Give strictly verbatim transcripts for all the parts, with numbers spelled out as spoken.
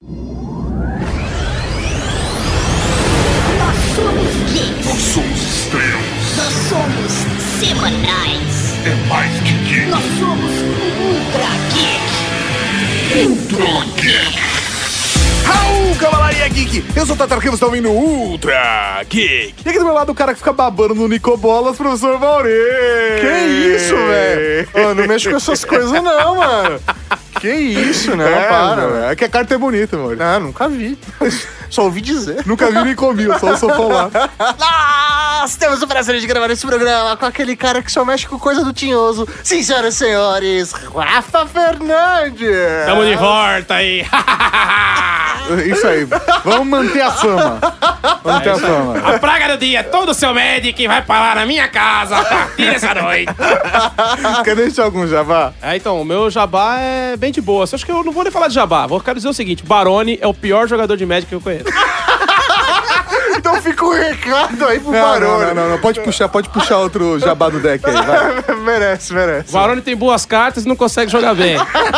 Nós somos geeks. Nós somos estrelas. Nós somos semanais. É mais que geek. Nós somos Ultra Geek. Ultra Geek. Raul, Cavalaria Geek! Eu sou o Tatarquinho, você está ouvindo Ultra Geek. E aqui do meu lado o cara que fica babando no Nicobolas, professor Mauri. Que isso, velho? Oh, não mexe com essas coisas não, mano. Que isso, né? É, Para, mano, velho. é que a carta é bonita, mano. Ah, nunca vi. Só ouvi dizer. Nunca vi nem comi, eu só sou lá. Nós temos o prazer de gravar esse programa com aquele cara que só mexe com coisa do tinhoso. Sim, senhoras e senhores, Rafa Fernandes. Tamo de volta aí. Isso aí, vamos manter a fama. Vamos manter a fama. A praga do dia, todo seu médico vai parar na minha casa a partir dessa noite. Quer deixar algum jabá? É, então, o meu jabá é bem de boa. Acho que eu não vou nem falar de jabá. Vou quero dizer o seguinte, Baroni é o pior jogador de Magic que eu conheço. Então fica um recado aí pro Não, Baroni. não, não, não, não, pode puxar, pode puxar outro jabá do deck aí, vai. merece, merece. O Baroni tem boas cartas e não consegue jogar bem.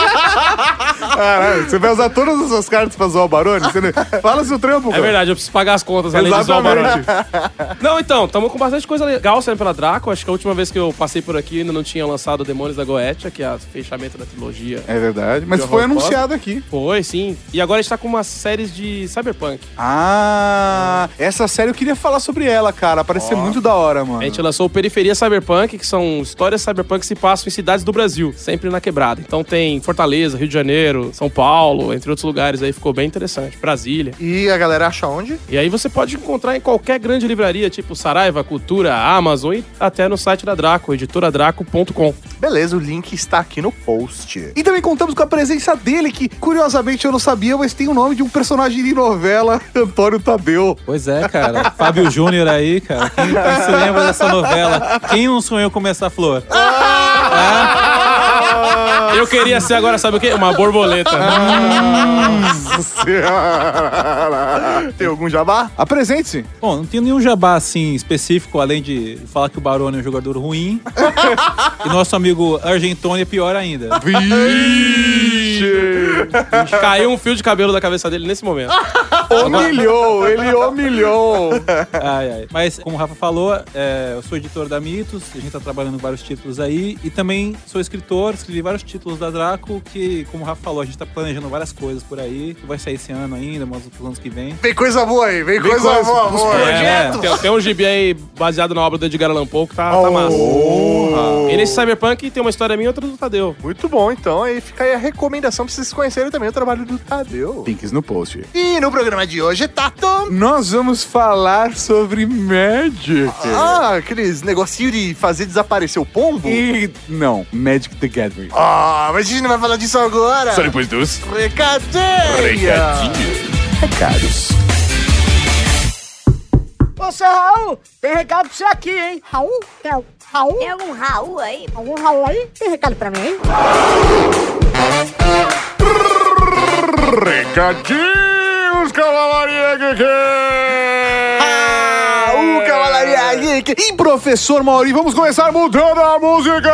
Caralho, você vai usar todas as suas cartas pra zoar o Baroni? Você não... Fala seu trampo, É cara. verdade, eu preciso pagar as contas além de zoar o Baroni. Exatamente. Não, então, tamo com bastante coisa legal saindo pela Draco. Acho que a última vez que eu passei por aqui ainda não tinha lançado Demônios da Goetia, que é o fechamento da trilogia. É verdade, mas De foi horror anunciado aqui. Foi, sim. E agora a gente tá com umas séries de Cyberpunk. Ah, essa série eu queria falar sobre ela, cara. Parece ser muito da hora, mano. A gente lançou o Periferia Cyberpunk, que são histórias cyberpunk que se passam em cidades do Brasil, sempre na quebrada. Então tem Fortaleza, Rio de Janeiro, São Paulo, entre outros lugares aí, ficou bem interessante. Brasília. E a galera acha onde? E aí você pode encontrar em qualquer grande livraria, tipo Saraiva, Cultura, Amazon e até no site da Draco, editora draco ponto com. Beleza, o link está aqui no post. E também contamos com a presença dele, que curiosamente eu não sabia, mas tem o nome de um personagem de novela, Antônio Tadeu. Pois é, cara. Fábio Júnior aí, cara. Quem, quem se lembra dessa novela? Quem não sonhou com essa flor? Eu queria ser agora, sabe o quê? Uma borboleta. Nossa senhora! Tem algum jabá? Apresente-se. Bom, não tem nenhum jabá assim específico, além de falar que o Baroni é um jogador ruim. E nosso amigo Argentoni é pior ainda. Vixe! Caiu um fio de cabelo da cabeça dele nesse momento. Humilhou, ele humilhou. Ai, ai. Mas, como o Rafa falou, é, eu sou editor da Mitos, a gente tá trabalhando em vários títulos aí. E também sou escritor, escrevi vários títulos da Draco, que, como o Rafa falou, a gente tá planejando várias coisas por aí, que vai sair esse ano ainda, mas outros anos que vem. Vem coisa boa aí, vem, Vem coisa, coisa- boa, os boa. É, tem, tem um gibi aí baseado na obra do Edgar Allan Poe que tá, tá massa. Oh. E nesse Cyberpunk tem uma história minha e outra do Tadeu. Muito bom, então aí fica aí a recomendação pra vocês conhecerem também o trabalho do Tadeu. Links no post. E no programa de hoje, Tato... Nós vamos falar sobre Magic. Ah, aqueles negocinho de fazer desaparecer o pombo? E não, Magic the Gathering. Ah, mas a gente não vai falar disso agora. Só depois dos Recadinho. recados. Ô, seu Raul, tem recado pra você aqui, hein? Raul? Tem algum Raul? Tem algum Raul aí? Algum Raul aí? Tem recado pra mim, hein? Recadinhos, Cavalaria Geek! Ah, o Cavalaria Geek. E professor Mauri, vamos começar mudando a música!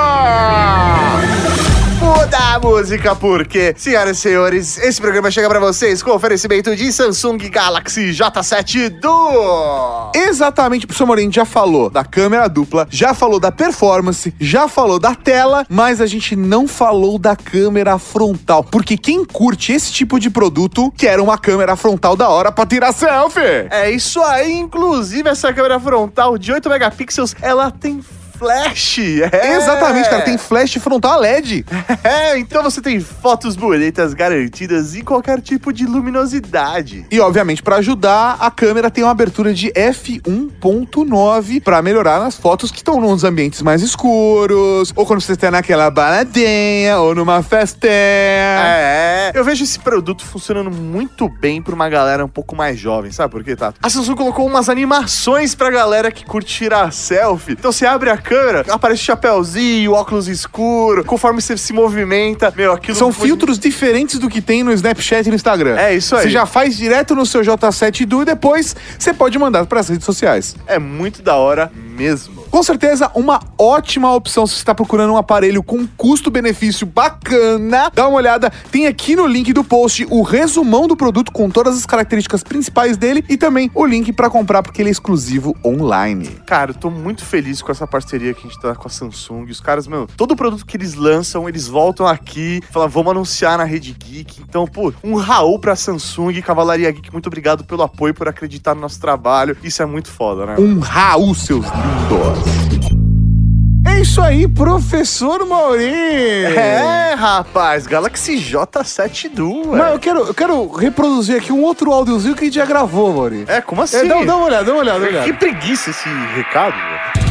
Muda a música, porque, senhoras e senhores, esse programa chega pra vocês com oferecimento de Samsung Galaxy J sete Duo. Exatamente, o professor Mauri, a gente já falou da câmera dupla, já falou da performance, já falou da tela, mas a gente não falou da câmera frontal, porque quem curte esse tipo de produto quer uma câmera frontal da hora pra tirar selfie. É isso aí, inclusive essa câmera frontal de oito megapixels, ela tem flash. É. Exatamente, cara, tem flash frontal L E D. É, então você tem fotos bonitas garantidas em qualquer tipo de luminosidade. E, obviamente, pra ajudar, a câmera tem uma abertura de F um ponto nove pra melhorar nas fotos que estão nos ambientes mais escuros, ou quando você está naquela baladinha, ou numa festinha. É, eu vejo esse produto funcionando muito bem pra uma galera um pouco mais jovem, sabe por quê, Tato? A Samsung colocou umas animações pra galera que curte tirar selfie. Então você abre a câmera, aparece o chapéuzinho, óculos escuro, conforme você se movimenta, meu, aquilo... São foi... filtros diferentes do que tem no Snapchat e no Instagram. É, isso aí. Você já faz direto no seu J sete Duo e depois você pode mandar pras redes sociais. É muito da hora mesmo. Com certeza, uma ótima opção se você está procurando um aparelho com custo-benefício bacana. Dá uma olhada, tem aqui no link do post o resumão do produto com todas as características principais dele e também o link pra comprar, porque ele é exclusivo online. Cara, eu tô muito feliz com essa parceria que a gente tá com a Samsung. Os caras, meu, todo produto que eles lançam, eles voltam aqui, falam, vamos anunciar na Rede Geek. Então, pô, um Raul pra Samsung, Cavalaria Geek, muito obrigado pelo apoio, por acreditar no nosso trabalho. Isso é muito foda, né? Um Raul, seus lindos. É isso aí, professor Mauri. É, rapaz, Galaxy J sete Duo. Mas eu quero, eu quero reproduzir aqui um outro áudiozinho que a gente já gravou, Mauri. É, como assim? É, dá, dá uma olhada, dá uma olhada, dá uma olhada. Que preguiça esse recado, velho.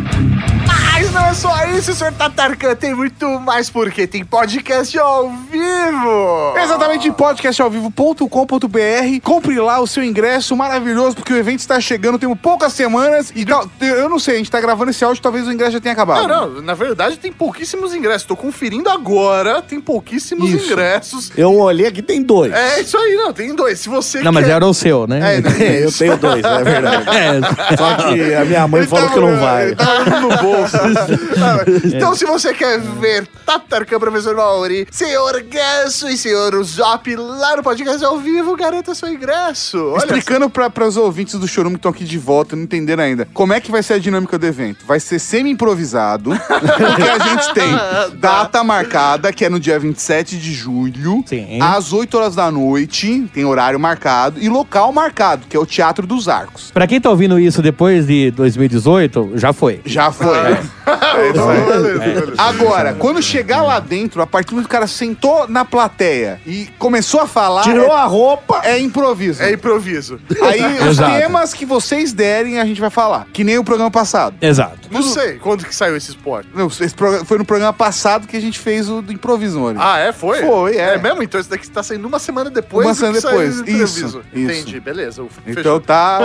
Mas não é só isso, senhor Tatarkan, tem muito mais, porque tem podcast ao vivo. Exatamente, podcast ao vivo ponto com ponto b r. Compre lá o seu ingresso maravilhoso, porque o evento está chegando, temos poucas semanas e tal, eu não sei, a gente tá gravando esse áudio, talvez o ingresso já tenha acabado. Não, não, na verdade tem pouquíssimos ingressos, tô conferindo agora, tem pouquíssimos Isso. ingressos. Eu olhei aqui, tem dois. É isso aí, não, tem dois, se você Não, quer... mas era o seu, né? É, né? Eu tenho dois, é verdade. É. Só que a minha mãe Ele falou tava- que não vai. Ele tava no bolso. Então, se você quer ver Tatarkan, professor Mauri, senhor Ganso e senhor Zop lá no podcast ao vivo, garanta seu ingresso. Olha Explicando para os ouvintes do Chorume que estão aqui de volta e não entenderam ainda, como é que vai ser a dinâmica do evento? Vai ser semi-improvisado, porque a gente tem data marcada, que é no dia vinte e sete de julho, Sim. às oito horas da noite, tem horário marcado, e local marcado, que é o Teatro dos Arcos. Pra quem tá ouvindo isso depois de dois mil e dezoito, já foi. Já foi. É isso aí. Beleza, beleza. Agora, quando chegar lá dentro, a partir do momento que o cara sentou na plateia e começou a falar... Tirou é, a roupa. é improviso. É improviso. Aí, os Exato. temas que vocês derem, a gente vai falar. Que nem o programa passado. Exato. Não sei quando que saiu esse esporte. Não, esse programa- foi no programa passado que a gente fez o do improviso, mano. Ah, é? Foi? Foi, é. É mesmo? Então esse daqui tá saindo uma semana depois Uma do semana que saiu depois. o improviso. Isso, Entendi, isso. beleza. Uf, Então fechou. tá...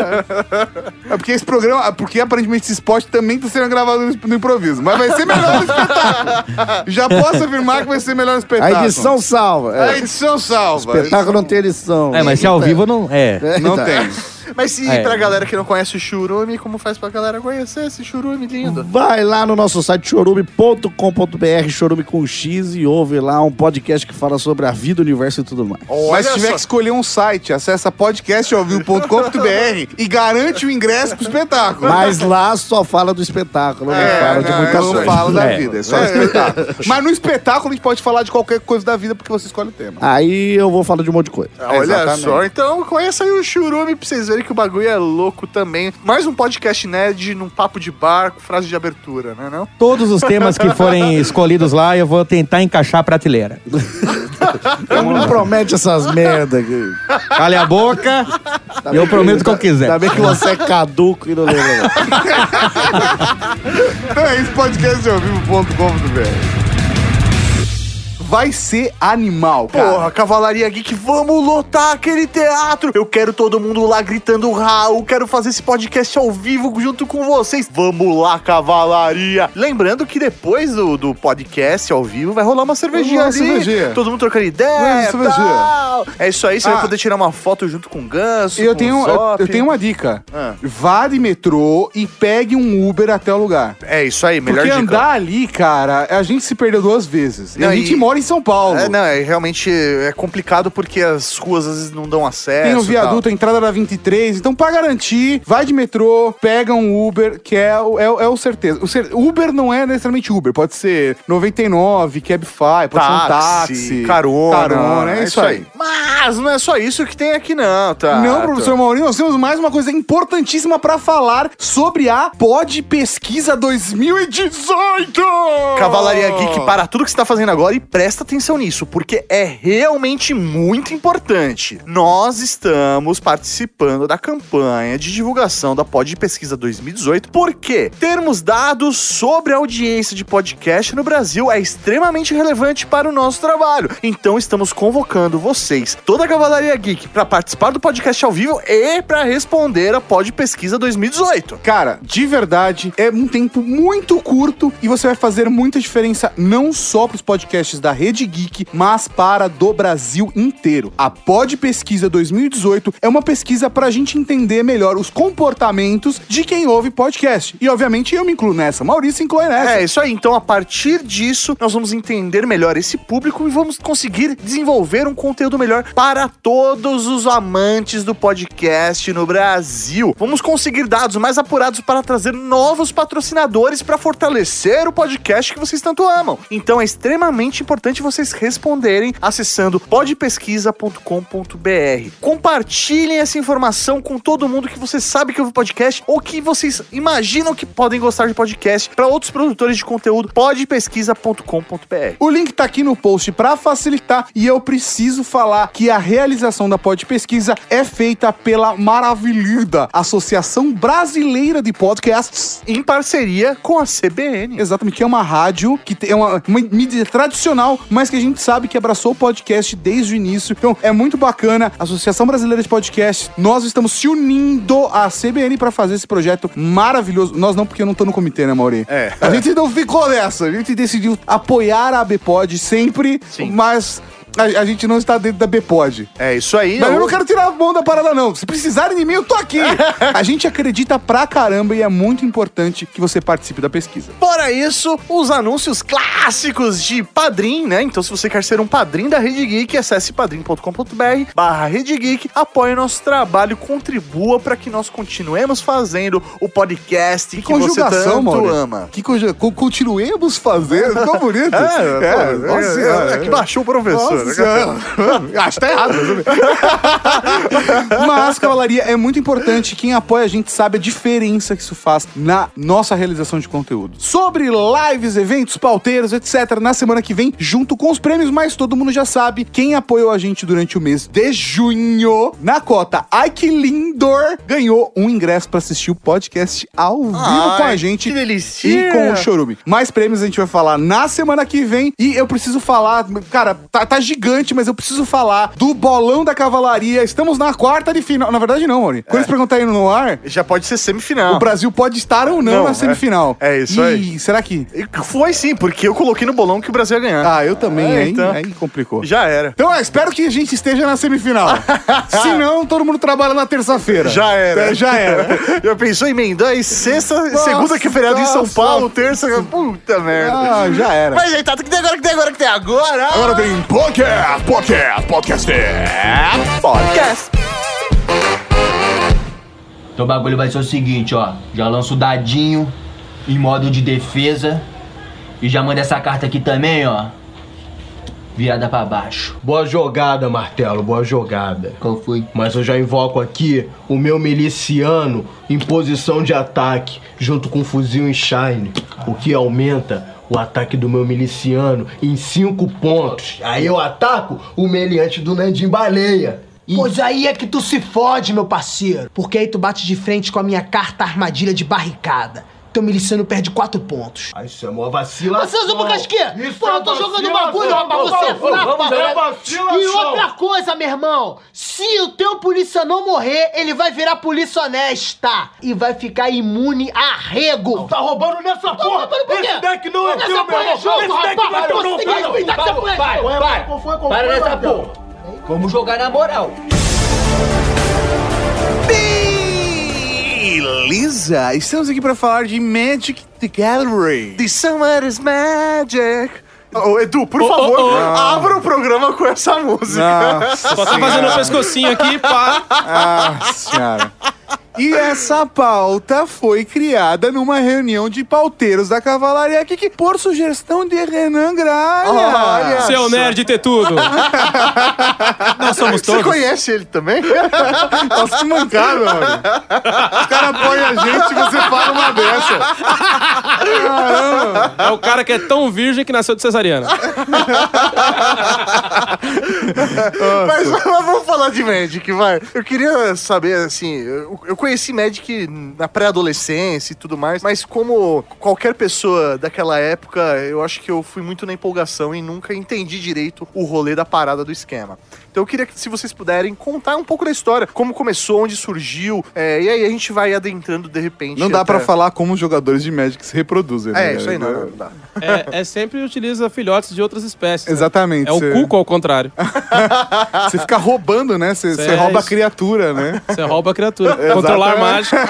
É porque esse programa... Porque aparentemente esse spot também tá sendo gravado no, no improviso. Mas vai ser melhor no espetáculo. Já posso afirmar que vai ser melhor no A espetáculo. edição salva. A É. edição salva. Espetáculo não tem edição. É, mas se é ao vivo não. É. Não Tá. tem. Mas se É. pra galera que não conhece o Churume, como faz pra galera conhecer esse Churume lindo? Vai lá no nosso site chorume ponto com ponto b r, chorume com X, e ouve lá um podcast que fala sobre a vida, o universo e tudo mais. Mas se tiver só. que escolher um site, acessa podcast ao vivo ponto com ponto b r e garante o ingresso pro espetáculo. Mas lá só fala do espetáculo, não É, fala de não, muita eu não coisa. falo da É. vida, é só do espetáculo. Mas no espetáculo a gente pode falar de qualquer coisa da vida porque você escolhe o tema. Aí eu vou falar de um monte de coisa. Olha Exatamente. só, então conheça aí o Churume pra vocês verem que o bagulho é louco também. Mais um podcast nerd num papo de bar com frase de abertura, né não? Todos os temas que forem escolhidos lá, eu vou tentar encaixar a prateleira. Não promete essas merda aqui. Cale a boca e eu prometo o que eu quiser. Ainda bem que você é caduco e não lembra. Então é isso, podcast ao vivo ponto com ponto b r. Vai ser animal, cara. Porra, Cavalaria Geek, vamos lotar aquele teatro. Eu quero todo mundo lá gritando Raul, quero fazer esse podcast ao vivo junto com vocês. Vamos lá, Cavalaria. Lembrando que depois do, do podcast ao vivo vai rolar uma cervejinha Uma ali. cervejinha. Todo mundo trocando Uma ideia, cervejinha. tal. É isso aí, você Ah. vai poder tirar uma foto junto com o Ganso, Eu com tenho, o eu, Zop. eu tenho uma dica. Ah. Vá de metrô e pegue um Uber até o lugar. É isso aí, melhor Porque dica. andar ali, cara, a gente se perdeu duas vezes. E Não, a gente e- mora em São Paulo. É, não, é realmente é complicado porque as ruas às vezes não dão acesso. Tem o e viaduto, a entrada da vinte e três. Então, pra garantir, vai de metrô, pega um Uber, que é, o- é, o- é o certeza. O cer- Uber não é necessariamente Uber. Pode ser noventa e nove, Cabify, pode ser um táxi. carona. Carona, é, isso aí. Mas não é só isso que tem aqui não, tá? Não, professor Maurinho, nós temos mais uma coisa importantíssima pra falar sobre a Pod Pesquisa dois mil e dezoito! Cavalaria Geek, para tudo que você tá fazendo agora e presta atenção nisso, porque é realmente muito importante. Nós estamos participando da campanha de divulgação da Pod Pesquisa dois mil e dezoito, porque termos dados sobre a audiência de podcast no Brasil é extremamente relevante para o nosso trabalho. Então estamos convocando vocês, toda a Cavalaria Geek, para participar do podcast ao vivo e para responder a Pod Pesquisa dois mil e dezoito. Cara, de verdade, é um tempo muito curto e você vai fazer muita diferença não só pros podcasts da Rede Geek, mas para do Brasil inteiro. A Pod Pesquisa dois mil e dezoito é uma pesquisa pra gente entender melhor os comportamentos de quem ouve podcast. E, obviamente, eu me incluo nessa. Maurício inclui nessa. É, isso aí. Então, a partir disso, nós vamos entender melhor esse público e vamos conseguir desenvolver um conteúdo melhor para todos os amantes do podcast no Brasil. Vamos conseguir dados mais apurados para trazer novos patrocinadores para fortalecer o podcast que vocês tanto amam. Então, é extremamente importante vocês responderem acessando pod pesquisa ponto com ponto b r. Compartilhem essa informação com todo mundo que você sabe que ouve podcast ou que vocês imaginam que podem gostar de podcast para outros produtores de conteúdo. pod pesquisa ponto com ponto b r. O link tá aqui no post para facilitar e eu preciso falar que a realização da Pod Pesquisa é feita pela maravilhosa Associação Brasileira de Podcasts em parceria com a C B N. Exatamente, que é uma rádio que é uma, uma mídia tradicional, mas que a gente sabe que abraçou o podcast desde o início. Então é muito bacana. Associação Brasileira de Podcasts, nós estamos se unindo à C B N para fazer esse projeto maravilhoso. Nós não, porque eu não tô no comitê, né, Mauri? É. A gente não ficou nessa. A gente decidiu apoiar a B-Pod sempre, Sim. mas a, a gente não está dentro da B-Pod. É isso aí. Mas eu não quero tirar a mão da parada, não. Se precisarem de mim, eu tô aqui. A gente acredita pra caramba e é muito importante que você participe da pesquisa. Fora isso, os anúncios clássicos de Padrim, né? Então, se você quer ser um padrinho da Rede Geek, acesse padrim ponto com ponto b r barra Rede Geek, apoie o nosso trabalho, contribua para que nós continuemos fazendo o podcast que, que você tanto Mauri. ama. Que conjuga... Continuemos fazendo. Ficou bonito. É, é, pô, nossa, é, é, é que baixou o professor. Nossa, acho que tá errado. Mas, Cavalaria, é muito importante. Quem apoia a gente sabe a diferença que isso faz na nossa realização de conteúdo. Sobre lives, eventos, pauteiros, etcétera. Na semana que vem, junto com os prêmios, mas todo mundo já sabe. Quem apoiou a gente durante o mês de junho, na cota Ai Que Lindor, ganhou um ingresso pra assistir o podcast ao vivo Ai, com a gente. Que delícia. E com o Chorume. Mais prêmios a gente vai falar na semana que vem. E eu preciso falar, cara, tá, tá gigante, mas eu preciso falar do bolão da Cavalaria. Estamos na quarta de final. Na verdade, não, Mauri. Quando É. eles perguntarem no ar, já pode ser semifinal. o Brasil pode estar ou não, Não, na semifinal. É, é isso e aí. será que... E foi sim, porque eu coloquei no bolão que o Brasil ia ganhar. Ah, eu também, É, aí, então. aí complicou. Já era. Então, é, espero que a gente esteja na semifinal. Se não, todo mundo trabalha na terça-feira. Já era. É, já era. Já pensou em emendar aí sexta, Nossa, segunda que é feriado em São nossa. Paulo, terça, puta merda. Ah, já era. Mas aí, tá, o que tem agora, o que tem agora, o que tem agora? Agora tem podcast, podcast, podcast, Podcast. Então o bagulho vai ser o seguinte, ó. Já lanço o dadinho em modo de defesa. E já manda essa carta aqui também, ó. Virada pra baixo. Boa jogada, Martelo, boa jogada. Qual foi? Mas eu já invoco aqui o meu miliciano em posição de ataque, junto com o fuzil em Shine, o que aumenta o ataque do meu miliciano em cinco pontos. Aí eu ataco o meliante do Nandim Baleia. E... Pois aí é que tu se fode, meu parceiro. Porque aí tu bate de frente com a minha carta armadilha de barricada. Teu miliciano perde quatro pontos. Ah, isso é uma vacilação. Você usa casquinha? Isso Pô, é eu tô jogando vacilação. bagulho, rapaz. Você é fraco, Vamos, é vacilação. E outra coisa, meu irmão. Se o teu polícia não morrer, ele vai virar polícia honesta. E vai ficar imune a rego. Tá roubando nessa Tá porra. roubando por quê? Esse deck não é Nessa teu, meu porra é irmão. jogo, Esse deck rapaz. não é Pô, teu, você tem que não. respeitar que essa porra é Para, jogo. para. Qual foi, qual Para foi, nessa Martelo? porra. Vamos jogar na moral. Beleza, estamos aqui pra falar de Magic the Gathering. The Summer is Magic. Ô, Edu, por Ô, favor, ô, ô. abra o programa com essa música. Nossa Só tá fazendo o pescocinho aqui, pá. Ah, senhora. E essa pauta foi criada numa reunião de pauteiros da Cavalaria aqui, que por sugestão de Renan Gralha. Olha Seu só. nerd ter tudo. Nós somos Você todos. conhece ele também? Nossa, que mancada, mano. Os caras apoiam a gente e você fala uma dessa. Caramba. É o cara que é tão virgem que nasceu de cesariana. Mas, mas vamos falar de Magic, vai. Eu queria saber, assim, eu, eu conheci Magic na pré-adolescência e tudo mais, mas como qualquer pessoa daquela época, eu acho que eu fui muito na empolgação e nunca entendi direito o rolê da parada do esquema. Então eu queria que, se vocês puderem, contar um pouco da história, como começou, onde surgiu, é, e aí a gente vai adentrando de repente. Não dá até... pra falar como os jogadores de Magic se reproduzem, né? É, isso aí não, não dá. É, é sempre utiliza filhotes de outras espécies. Né? Exatamente. É o cê... cuco ao contrário. Você fica roubando, né? Você é rouba isso. a criatura, né? Você rouba a criatura. Controlar mágica.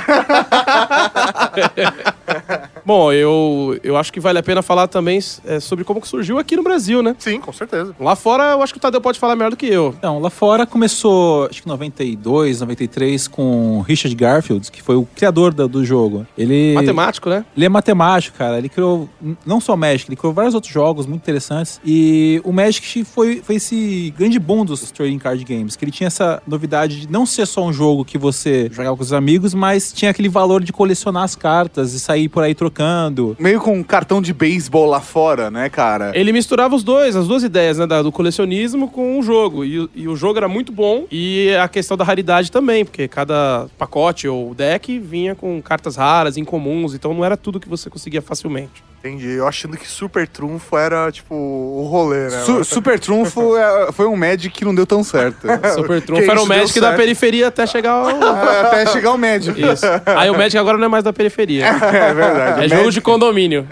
Bom, eu, eu acho que vale a pena falar também é, sobre como que surgiu aqui no Brasil, né? Sim, com certeza. Lá fora, eu acho que o Tadeu pode falar melhor do que eu. Então, lá fora começou, acho que em noventa e dois, noventa e três, com Richard Garfield, que foi o criador do, do jogo. Ele... Matemático, né? Ele é matemático, cara. Ele criou, não só Magic, ele criou vários outros jogos muito interessantes. E o Magic foi, foi esse grande boom dos trading card games, que ele tinha essa novidade de não ser só um jogo que você jogava com os amigos, mas tinha aquele valor de colecionar as cartas e sair por aí trocando. Meio com um cartão de beisebol lá fora, né, cara? Ele misturava os dois, as duas ideias, né, do colecionismo com o jogo. E, e o jogo era muito bom. E a questão da raridade também, porque cada pacote ou deck vinha com cartas raras, incomuns, então não era tudo que você conseguia facilmente. Entendi. Eu achando que Super Trunfo era, tipo, o rolê, né? Su- Super Trunfo é, foi um Magic que não deu tão certo. Super Trunfo era o Magic da periferia até chegar ao... até chegar o Magic. Isso. Aí o Magic agora não é mais da periferia. É verdade. É Magic... jogo de condomínio.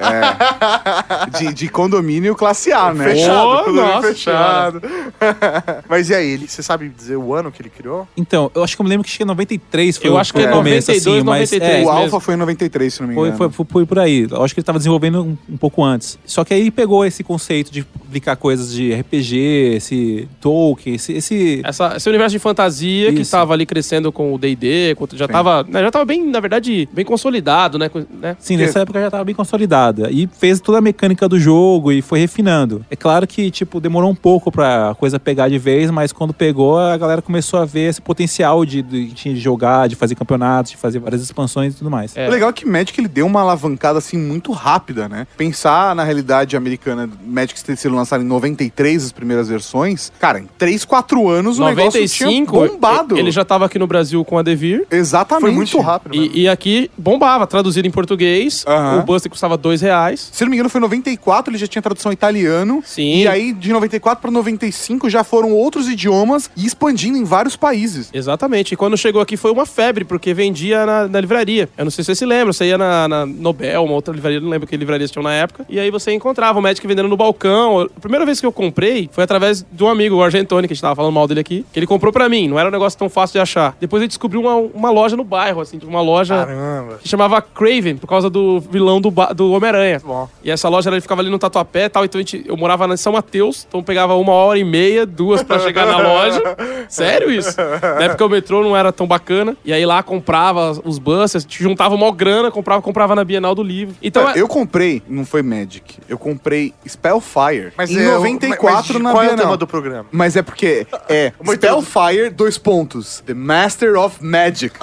É. De, de condomínio classe A, né? Fechado. Oh, condomínio nossa fechado. Mas e aí, ele, você sabe dizer o ano que ele criou? Então, eu acho que eu me lembro que acho que em noventa e três foi Eu o acho que é começo, noventa e dois, assim, mas, noventa e três. é, O Alpha mesmo. foi em noventa e três, se não me Foi, engano. foi, foi por aí. Eu acho que ele estava desenvolvendo um, um pouco antes. Só que aí ele pegou esse conceito de publicar coisas de R P G, esse Tolkien, esse... esse... Essa, esse universo de fantasia Isso. que estava ali crescendo com o D e D, com- já estava né, já tava bem, na verdade, bem consolidado, né? com- né? Sim, Porque- nessa época já estava bem consolidada. E fez toda a mecânica do jogo e foi refinando. É claro que, tipo, demorou um pouco pra coisa pegar de vez, mas quando pegou, a galera começou a ver esse potencial de, de, de jogar, de fazer campeonatos, de fazer várias expansões e tudo mais. É. O legal é que Magic ele deu uma alavancada assim muito rápida, né? Pensar na realidade americana, Magic ter sido lançado em noventa e três, as primeiras versões, cara, em três, quatro anos o noventa e negócio tinha cinco, bombado. ele já estava aqui no Brasil com a Devir. Exatamente. Foi muito rápido. mesmo. E, e aqui bombava, traduzido em português. Aham. O Buster custava dois reais. Se não me engano, foi em noventa e quatro, ele já tinha tradução em italiano. Sim. E aí, de noventa e quatro para noventa e cinco, já foram outros idiomas e expandindo em vários países. Exatamente. E quando chegou aqui foi uma febre, porque vendia na, na livraria. Eu não sei se você se lembra, você ia na, na Nobel, uma outra livraria, não lembro que livrarias tinham na época. E aí você encontrava o Magic vendendo no balcão. A primeira vez que eu comprei foi através de um amigo, o Argentoni, que a gente tava falando mal dele aqui, que ele comprou pra mim. Não era um negócio tão fácil de achar. Depois ele descobriu uma, uma loja no bairro, assim, uma loja Caramba. que chamava Craven, por causa do vilão do, ba- do Homem-Aranha. Bom. E essa loja ela ficava ali no Tatuapé e tal, então a gente, eu morava em São Mateus, então pegava uma hora e meia, duas pra chegar na loja. Sério isso? Na época o metrô não era tão bacana, e aí lá comprava os busters, juntava uma grana, comprava, comprava na Bienal do Livro. Então, É, eu comprei, não foi Magic, eu comprei Spellfire Mas em é o- noventa e mas- quatro mas na qual é o Bienal. tema do programa? Mas é porque é Muito Spellfire, dois pontos. The Master of Magic.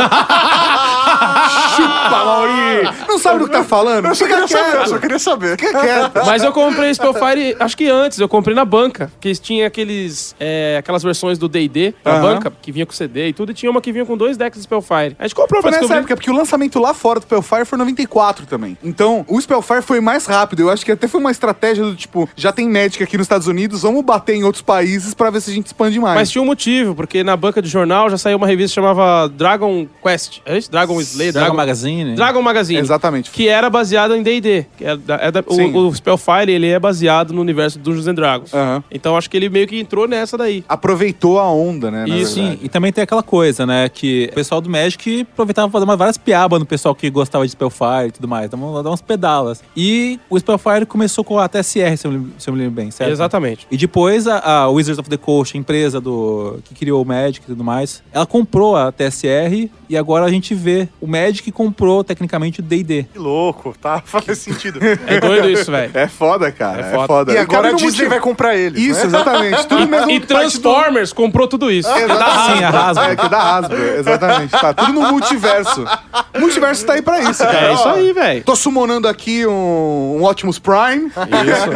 Chupa, Mauri! Não sabe do que tá falando? Eu só Fica queria saber, eu quieto. só queria saber. Fica quieto. mas eu comprei Spellfire, acho que antes, eu comprei na banca, que tinha aqueles, é, aquelas versões do D e D pra Aham. banca, que vinha com C D e tudo, e tinha uma que vinha com dois decks de Spellfire. A gente comprou Foi pra nessa descobrir. época, porque o lançamento lá fora do Spellfire foi em noventa e quatro também. Então, o Spellfire foi mais rápido. Eu acho que até foi uma estratégia do tipo, já tem Magic aqui nos Estados Unidos, vamos bater em outros países pra ver se a gente expande mais. Mas tinha um motivo, porque na banca de jornal já saiu uma revista que chamava Dragon Quest. É isso? Dragon Slayer? Dragon Magazine. Dragon Magazine. Exatamente. Que era baseada em D e D. Que é da- é da- Sim. o, o Spellfire, ele é baseado no universo do Dungeons and Dragons. Aham. Então acho que ele meio que entrou nessa daí. Aproveitou a onda, né? na Isso, Sim, verdade. e também tem aquela coisa, né, que o pessoal do Magic aproveitava pra fazer uma- várias piabas no pessoal que gostava de Spellfire e tudo mais, dava, dava umas pedalas. E o Spellfire começou com a T S R, se eu, me- se eu me lembro bem, certo? Exatamente. E depois a, a Wizards of the Coast, a empresa do, que criou o Magic e tudo mais, ela comprou a T S R e agora a gente vê o Magic comprou tecnicamente o D e D. Que louco, tá? Faz sentido. É doido isso, velho. É foda, cara. É É foda. foda. E agora a Cabe no Disney motivo- vai comprar eles, Isso, né? exatamente. Tudo mesmo E Transformers comprou tudo isso. É da Sim, a Hasbro. É, que da Hasbro, exatamente. Tá tudo no multiverso. O multiverso tá aí pra isso, cara. É isso Ó, aí, velho. Tô summonando aqui um, um Optimus Prime. Isso.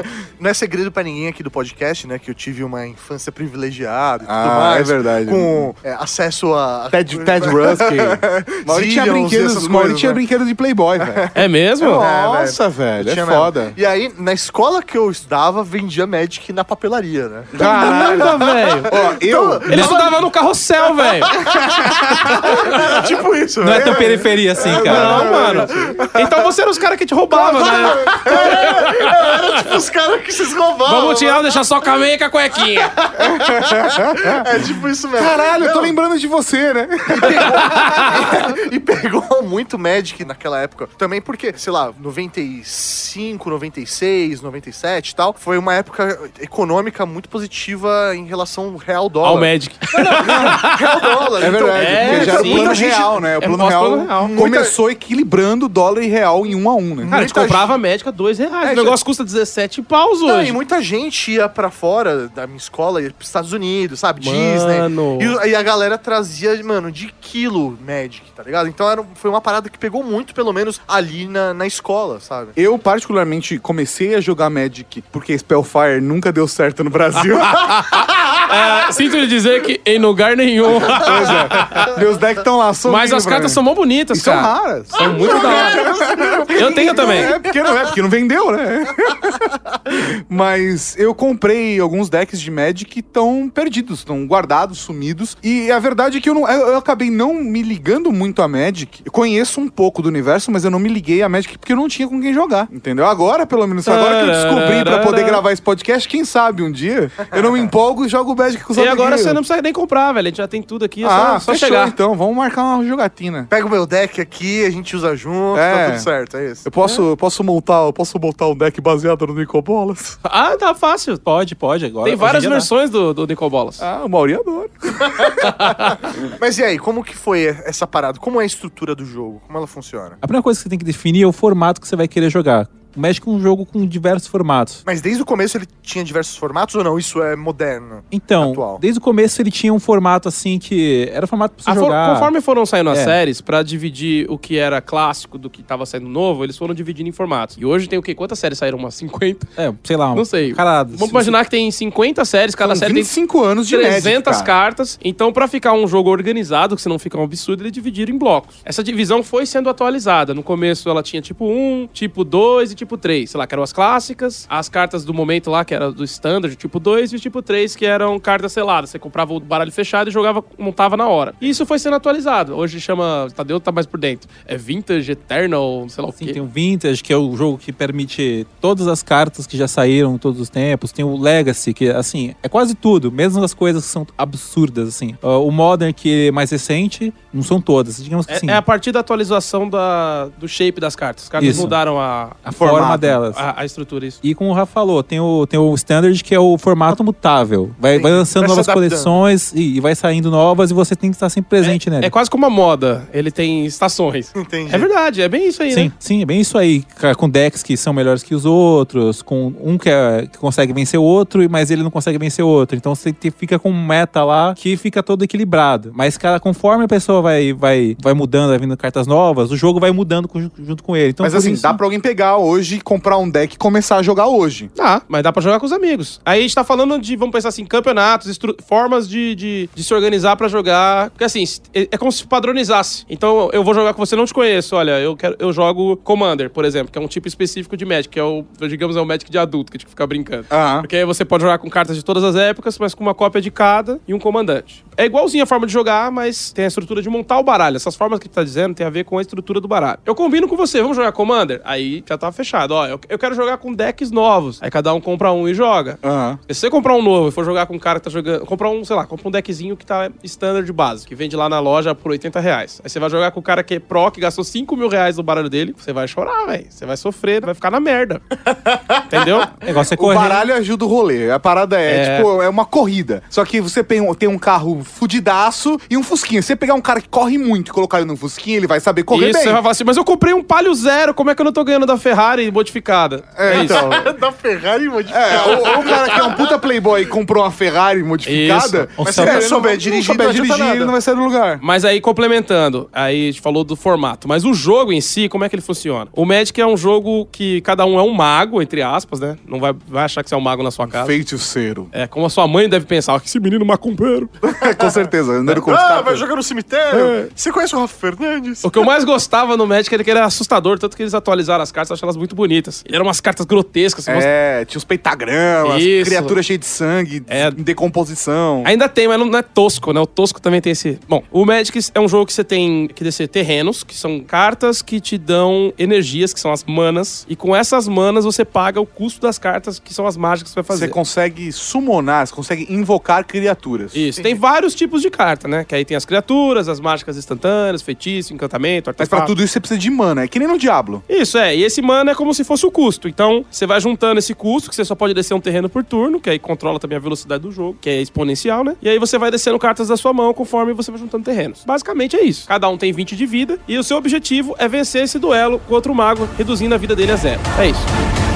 não é segredo pra ninguém aqui do podcast, né? Que eu tive uma infância privilegiada e tudo Ah, mais. é verdade. Com é, acesso a... Ted, Ted Rusk. Mauri tinha Zillions e brinquedos, essas Mauri coisas, tinha né? brinquedos de Playboy, velho. É mesmo? Nossa, É, velho, é Tinha foda. mesmo. E aí, na escola que eu estudava, vendia Magic na papelaria, né? Caramba, velho. Ó, eu... Ele estudava no carrossel, velho. Era tipo isso, Não é velho. tão periferia assim, cara. Não, mano. Então você era os caras que te roubavam, né? Era tipo os caras que vocês roubavam. Vamos tirar ou deixar só com a meia e com a cuequinha. É tipo isso mesmo. Caralho, eu tô Não, lembrando de você, né? E pegou muito Magic naquela época. Também porque, sei lá, noventa e cinco, noventa e seis, noventa e sete e tal, foi uma época econômica muito positiva em relação ao real dólar. Ao Magic. Real dólar. É verdade, é, porque já era o sim. plano Muita gente- real, né? O é plano pós-plano real, real. começou equilibrando dólar e real em um a um, né? Cara, a gente Muita comprava a Magic a dois reais. É, o negócio custa dezessete paus Não, hoje. e muita gente ia pra fora da minha escola, ia pros Estados Unidos, sabe? Mano. Disney. E, e a galera trazia, mano, de quilo Magic, tá ligado? Então era, foi uma parada que pegou muito, pelo menos, ali na, na escola, sabe? Eu, particularmente, comecei a jogar Magic porque Spellfire nunca deu certo no Brasil. É, sinto lhe dizer que em lugar nenhum. Pois é. Meus decks estão lá, sumindo Mas as pra cartas mim. são mó bonitas, E são cara. raras. São muito da hora. Eu tenho também. É porque não é, porque não vendeu, né? Mas eu comprei alguns decks de Magic que estão perdidos, estão guardados, sumidos. E a verdade é que eu, não, eu, eu acabei não me ligando muito a Magic. Eu conheço um pouco do universo, mas eu não me liguei a Magic porque eu não tinha com quem jogar, entendeu? Agora, pelo menos, agora que eu descobri pra poder gravar esse podcast, quem sabe um dia eu não me empolgo e jogo Magic com os E agora amiguinhos. você não precisa nem comprar, velho. A gente já tem tudo aqui, é Ah, só, só fechou, chegar. então. Vamos marcar uma jogatina. Pega o meu deck aqui, a gente usa junto, É. tá tudo certo, é isso. Eu posso, eu posso montar, eu posso montar um deck baseado no Nicobolas? Ah, tá fácil. Pode, pode. Agora, Tem hoje várias em dia dá. versões do, do Nicobolas. Ah, o Mauri adora. Mas e aí, como que foi essa parada? Como é a estrutura do jogo? Como ela funciona? A primeira coisa que você tem que definir é o formato que você vai querer jogar. O Magic é um jogo com diversos formatos. Mas desde o começo ele tinha diversos formatos ou não? Isso é moderno? Então, Atual. desde o começo ele tinha um formato assim que era formato pra você Ah, for- jogar. conforme foram saindo as É. séries, pra dividir o que era clássico do que tava saindo novo, eles foram dividindo em formatos. E hoje tem o quê? Quantas séries saíram? Umas cinquenta? É, sei lá. Um, Não sei. Cara, Vamos imaginar que tem cinquenta séries, cada São série vinte e tem cinco anos de Magic, trezentas cara. cartas. Então, pra ficar um jogo organizado, que senão fica um absurdo, eles dividiram em blocos. Essa divisão foi sendo atualizada. No começo ela tinha tipo um, tipo dois e tipo três. Sei lá, que eram as clássicas. As cartas do momento lá, que era do standard, tipo dois, e o tipo três, que eram cartas seladas. Você comprava o baralho fechado e jogava, montava na hora. E isso foi sendo atualizado. Hoje chama... Tadeu tá mais por dentro. É Vintage, Eternal, sei lá o Sim, quê. tem o Vintage, que é o jogo que permite todas as cartas que já saíram todos os tempos. Tem o Legacy, que, assim, é quase tudo. Mesmo as coisas que são absurdas, assim. Uh, o Modern, que é mais recente, não são todas. Digamos que É, assim, é a partir da atualização da, do shape das cartas. As cartas Isso. mudaram a, a forma formato. delas. a, a estrutura, isso. E como o Rafa falou, tem o, tem o Standard, que é o formato mutável. Vai, Sim, vai lançando vai se novas adaptando. coleções e, e vai saindo novas e você tem que estar sempre presente nele. É quase como uma moda. Ele tem estações. Entendi. É verdade, é bem isso aí, Sim, né? sim, é bem isso aí. Ca- Com decks que são melhores que os outros, com um que, é- que consegue vencer o outro, mas ele não consegue vencer o outro. Então você te- fica com um meta lá que fica todo equilibrado. Mas cara, conforme a pessoa vai, vai, vai mudando, vai vindo cartas novas, o jogo vai mudando com- junto com ele. Então, Mas por assim, isso- dá pra alguém pegar hoje, comprar um deck e começar a jogar hoje. Dá, mas dá pra jogar com os amigos. Aí a gente tá falando de, vamos pensar assim, campeonatos, estru- formas de, de, de se organizar pra jogar. Porque assim, é, é como se padronizasse. Então eu vou jogar com você, não te conheço. Olha, eu, quero, eu jogo Commander, por exemplo, que é um tipo específico de Magic, que é o, digamos, é o Magic de adulto, que a gente fica brincando. Aham. Porque aí você pode jogar com cartas de todas as épocas, mas com uma cópia de cada e um comandante. É igualzinho a forma de jogar, mas tem a estrutura de montar o baralho. Essas formas que tu tá dizendo tem a ver com a estrutura do baralho. Eu combino com você, vamos jogar Commander? Aí já tá fechado. Ó, eu, eu quero jogar com decks novos. Aí cada um compra um e joga. Aham. Se você comprar um novo e for jogar com um cara que tá jogando... Comprar um, sei lá, compra um deckzinho que tá standard de base, que vende lá na loja por oitenta reais. Aí você vai jogar com o cara que é pro, que gastou cinco mil reais no baralho dele, você vai chorar, velho. Você vai sofrer, vai ficar na merda. Entendeu? O negócio é O correr. baralho ajuda o rolê. A parada é, É. tipo, é uma corrida. Só que você tem um, tem um carro fudidaço e um fusquinha. Se você pegar um cara que corre muito e colocar ele num fusquinha, ele vai saber correr Isso, bem. você vai falar assim, mas eu comprei um Palio Zero, como é que eu não tô ganhando da Ferrari? Ferrari modificada. É, É, isso. então. Da Ferrari É, modificada. ou, ou o cara que é um puta playboy e comprou uma Ferrari modificada, Isso. mas Se ele cara, não souber não- dirigir, não souber não adianta dirigir, nada. ele não vai sair do lugar. Mas aí, complementando, aí a gente falou do formato. Mas o jogo em si, como é que ele funciona? O Magic é um jogo que cada um é um mago, entre aspas, né? Não vai, vai achar que você é um mago na sua casa. Feiticeiro. É, como a sua mãe deve pensar, ó, que esse menino macumbeiro. Com certeza, andando com os Ah, caras. vai jogar no cemitério? Você conhece o Rafa Fernandes? O que eu mais gostava no Magic era que ele era assustador, tanto que eles atualizaram as cartas, eu achei elas muito bonitas. E eram umas cartas grotescas. Você É, tinha os peitagramas, Isso. criaturas cheias de sangue, É. em decomposição. Ainda tem, mas não é tosco, né? O tosco também tem esse... Bom, o Magic é um jogo que você tem que descer terrenos, que são cartas que te dão energias, que são as manas. E com essas manas você paga o custo das cartas, que são as mágicas que você vai fazer. Você consegue summonar, você consegue invocar criaturas. Isso, tem vários tipos de carta, né? Que aí tem as criaturas, as mágicas instantâneas, feitiço, encantamento, Mas artefato. pra tudo isso você precisa de mana, é que nem no Diablo. Isso, é. E esse mana é como se fosse o custo. Então, você vai juntando esse custo, que você só pode descer um terreno por turno, que aí controla também a velocidade do jogo, que é exponencial, né? E aí você vai descendo cartas da sua mão conforme você vai juntando terrenos. Basicamente é isso. Cada um tem vinte de vida e o seu objetivo é vencer esse duelo contra o mago, reduzindo a vida dele a zero. É isso.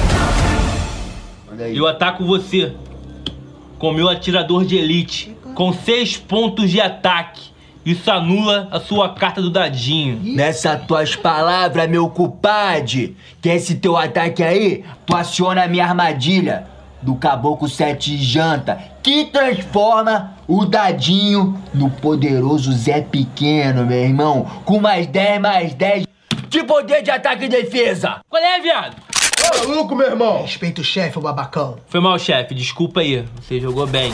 Eu ataco você com meu atirador de elite, com seis pontos de ataque. Isso anula a sua carta do dadinho. Nessas tuas palavras, meu culpade, que esse teu ataque aí, tu aciona a minha armadilha do Caboclo Sete Janta, que transforma o dadinho no poderoso Zé Pequeno, meu irmão, com mais dez, mais dez de poder de ataque e defesa. Qual é, viado? Maluco, meu irmão. Respeita o chefe, o babacão. Foi mal, chefe. Desculpa aí. Você jogou bem.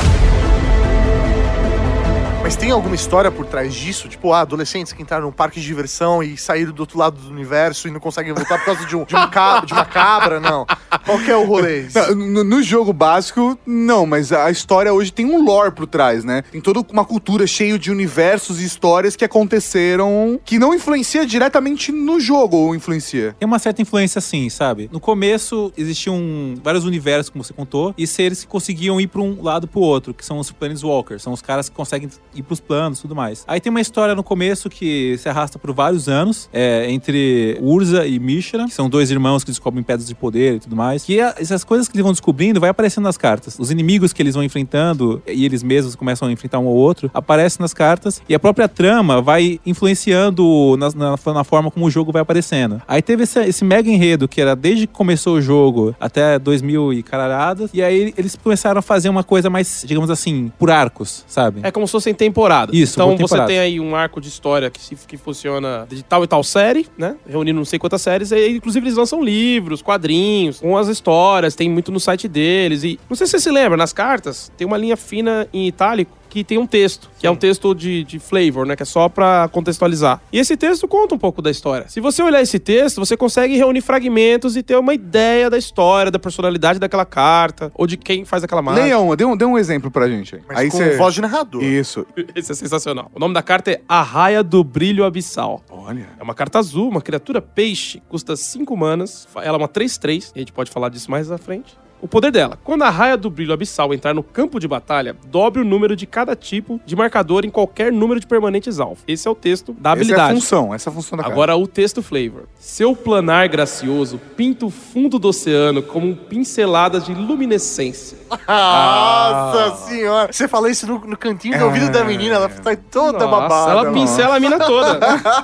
Mas tem alguma história por trás disso? Tipo, ah, adolescentes que entraram num parque de diversão e saíram do outro lado do universo e não conseguem voltar por causa de, um, de, um ca- de uma cabra? Não. Qual que é o rolê? Não, no, no jogo básico, não, mas a história hoje tem um lore por trás, né? Tem toda uma cultura cheia de universos e histórias que aconteceram que não influencia diretamente no jogo, ou influencia? Tem uma certa influência sim, sabe? No começo existiam vários universos, como você contou, e seres que conseguiam ir pra um lado pro outro, que são os Planeswalkers, são os caras que conseguem ir pros planos e tudo mais. Aí tem uma história no começo que se arrasta por vários anos, é, entre Urza e Mishra, que são dois irmãos que descobrem pedras de poder e tudo mais, que a, essas coisas que eles vão descobrindo vai aparecendo nas cartas. Os inimigos que eles vão enfrentando, e eles mesmos começam a enfrentar um ao outro, aparecem nas cartas, e a própria trama vai influenciando na, na, na forma como o jogo vai aparecendo. Aí teve esse, esse mega enredo, que era desde que começou o jogo até dois mil e caralhadas, e aí eles começaram a fazer uma coisa mais, digamos assim, por arcos, sabe? É como se fossem temporadas. Isso, então por você temporadas. tem aí um arco de história que, se, que funciona de tal e tal série, né? Reunindo não sei quantas séries. E aí, inclusive, eles lançam livros, quadrinhos, com as histórias, tem muito no site deles. E não sei se você se lembra, nas cartas tem uma linha fina em itálico que tem um texto, que é um texto de, de flavor, né? Que é só pra contextualizar. E esse texto conta um pouco da história. Se você olhar esse texto, você consegue reunir fragmentos e ter uma ideia da história, da personalidade daquela carta, ou de quem faz aquela marca. Leão, dê um, dê um exemplo pra gente aí. Mas aí com cê- voz de narrador. Isso. Esse é sensacional. O nome da carta é Arraia do Brilho Abissal. Olha. É uma carta azul, uma criatura peixe, custa cinco manas. Ela é uma três três, e a gente pode falar disso mais à frente. O poder dela. Quando a Raia do Brilho Abissal entrar no campo de batalha, dobre o número de cada tipo de marcador em qualquer número de permanentes alvo. Esse é o texto da Essa habilidade. é a função, essa é a função da carta. Agora o texto flavor. Seu planar gracioso pinta o fundo do oceano como pinceladas de luminescência. Nossa senhora! Você falou isso no, no cantinho do ouvido da menina, ela sai toda Nossa, babada. ela pincela a mina toda.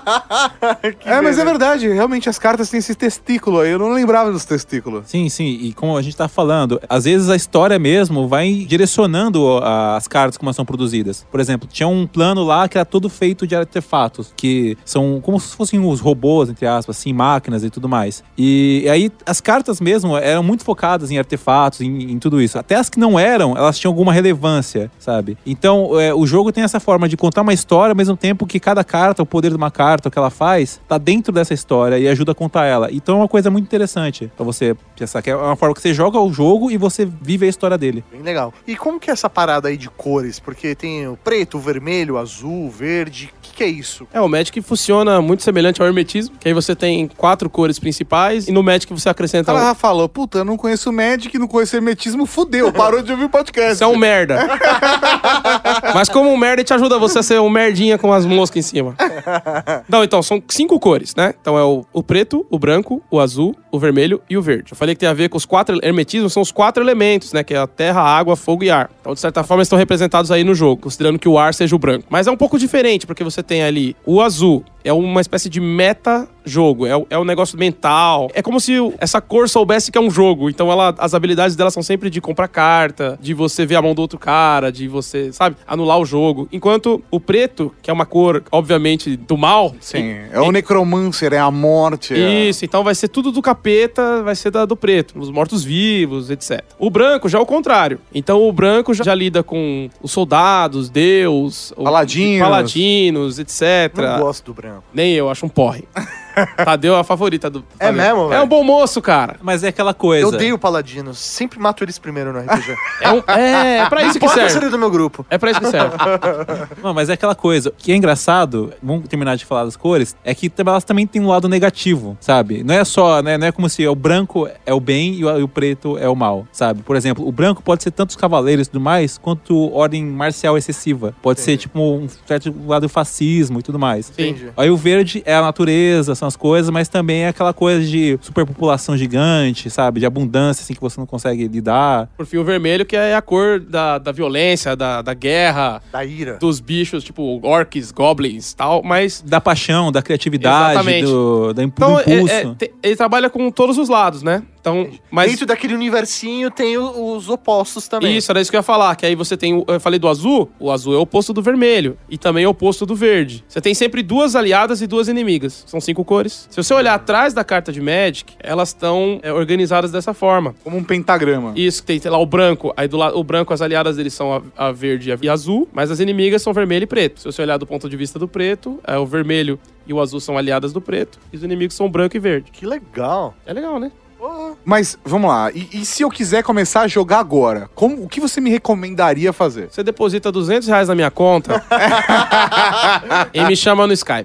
É, mas é verdade, realmente as cartas têm esse testículo aí, eu não lembrava dos testículos. Sim, sim, e como a gente tá falando, às vezes a história mesmo vai direcionando a- as cartas como elas são produzidas. Por exemplo, tinha um plano lá que era todo feito de artefatos, que são como se fossem os robôs, entre aspas, assim, máquinas e tudo mais. E, e aí as cartas mesmo eram muito focadas em artefatos, em, em tudo isso. Até as que não eram, elas tinham alguma relevância, sabe? Então, é, o jogo tem essa forma de contar uma história ao mesmo tempo que cada carta, o poder de uma carta, o que ela faz, tá dentro dessa história e ajuda a contar ela. Então é uma coisa muito interessante pra você pensar, que é uma forma que você joga o jogo jogo e você vive a história dele. Bem legal. E como que é essa parada aí de cores? Porque tem o preto, o vermelho, o azul, o verde. O que, que é isso? É, o Magic funciona muito semelhante ao hermetismo, que aí você tem quatro cores principais e no Magic você acrescenta... Ela já falou, puta, eu não conheço Magic, não conheço hermetismo, fudeu, parou de ouvir o podcast. Você é um merda. Mas como um merda, te ajuda você a ser um merdinha com as moscas em cima. Não, então, são cinco cores, né? Então é o, o preto, o branco, o azul, o vermelho e o verde. Eu falei que tem a ver com os quatro... Hermetismo são os quatro elementos, né? Que é a terra, a água, fogo e ar. Então, de certa forma, eles estão representados aí no jogo, considerando que o ar seja o branco. Mas é um pouco diferente, porque você tem ali o azul, é uma espécie de meta-jogo, é, é um negócio mental. É como se essa cor soubesse que é um jogo. Então ela, as habilidades dela são sempre de comprar carta, de você ver a mão do outro cara, de você, sabe, anular o jogo. Enquanto o preto, que é uma cor, obviamente, do mal... Sim, é o necromancer, é a morte. É... Isso, então vai ser tudo do capeta, vai ser da, do preto, os mortos-vivos, etcétera. O branco já é o contrário. Então o branco já, já lida com os soldados, Deus... Paladinos. Paladinos, etcétera. Não gosto do branco. Nem eu, acho um porre. Tadeu é a favorita do... É mesmo, velho? É um bom moço, cara. Mas é aquela coisa... Eu odeio paladinos. Sempre mato eles primeiro no R P G. É, um, é, é pra isso que Pode serve. ser do meu grupo. É pra isso que serve. Não, mas é aquela coisa. O que é engraçado, vamos terminar de falar das cores, é que elas também têm um lado negativo, sabe? Não é só, né? Não é como se o branco é o bem e o, e o preto é o mal, sabe? Por exemplo, o branco pode ser tanto os cavaleiros e tudo mais, quanto ordem marcial excessiva. Pode Entendi. ser, tipo, um certo lado do fascismo e tudo mais. Entendi. Aí o verde é a natureza, são as coisas, mas também é aquela coisa de superpopulação gigante, sabe? De abundância, assim, que você não consegue lidar. Por fim, o vermelho, que é a cor da, da violência, da, da guerra. Da ira. Dos bichos, tipo orcs, goblins e tal, mas... Da paixão, da criatividade, do, da, então, do impulso. É, é, te, ele trabalha com todos os lados, né? Então, mas... Dentro daquele universinho tem o, os opostos também. Isso, era isso que eu ia falar. Que aí você tem... Eu falei do azul. O azul é o oposto do vermelho. E também é o oposto do verde. Você tem sempre duas aliadas e duas inimigas. São cinco cores. Se você olhar atrás da carta de Magic, elas estão é, organizadas dessa forma. Como um pentagrama. Isso, tem, tem lá o branco. Aí do lado, o branco, as aliadas deles são a, a verde e a azul. Mas as inimigas são vermelho e preto. Se você olhar do ponto de vista do preto, é o vermelho e o azul são aliadas do preto. E os inimigos são branco e verde. Que legal. É legal, né? Mas, vamos lá, e, e se eu quiser começar a jogar agora, como, o que você me recomendaria fazer? Você deposita duzentos reais na minha conta e me chama no Skype.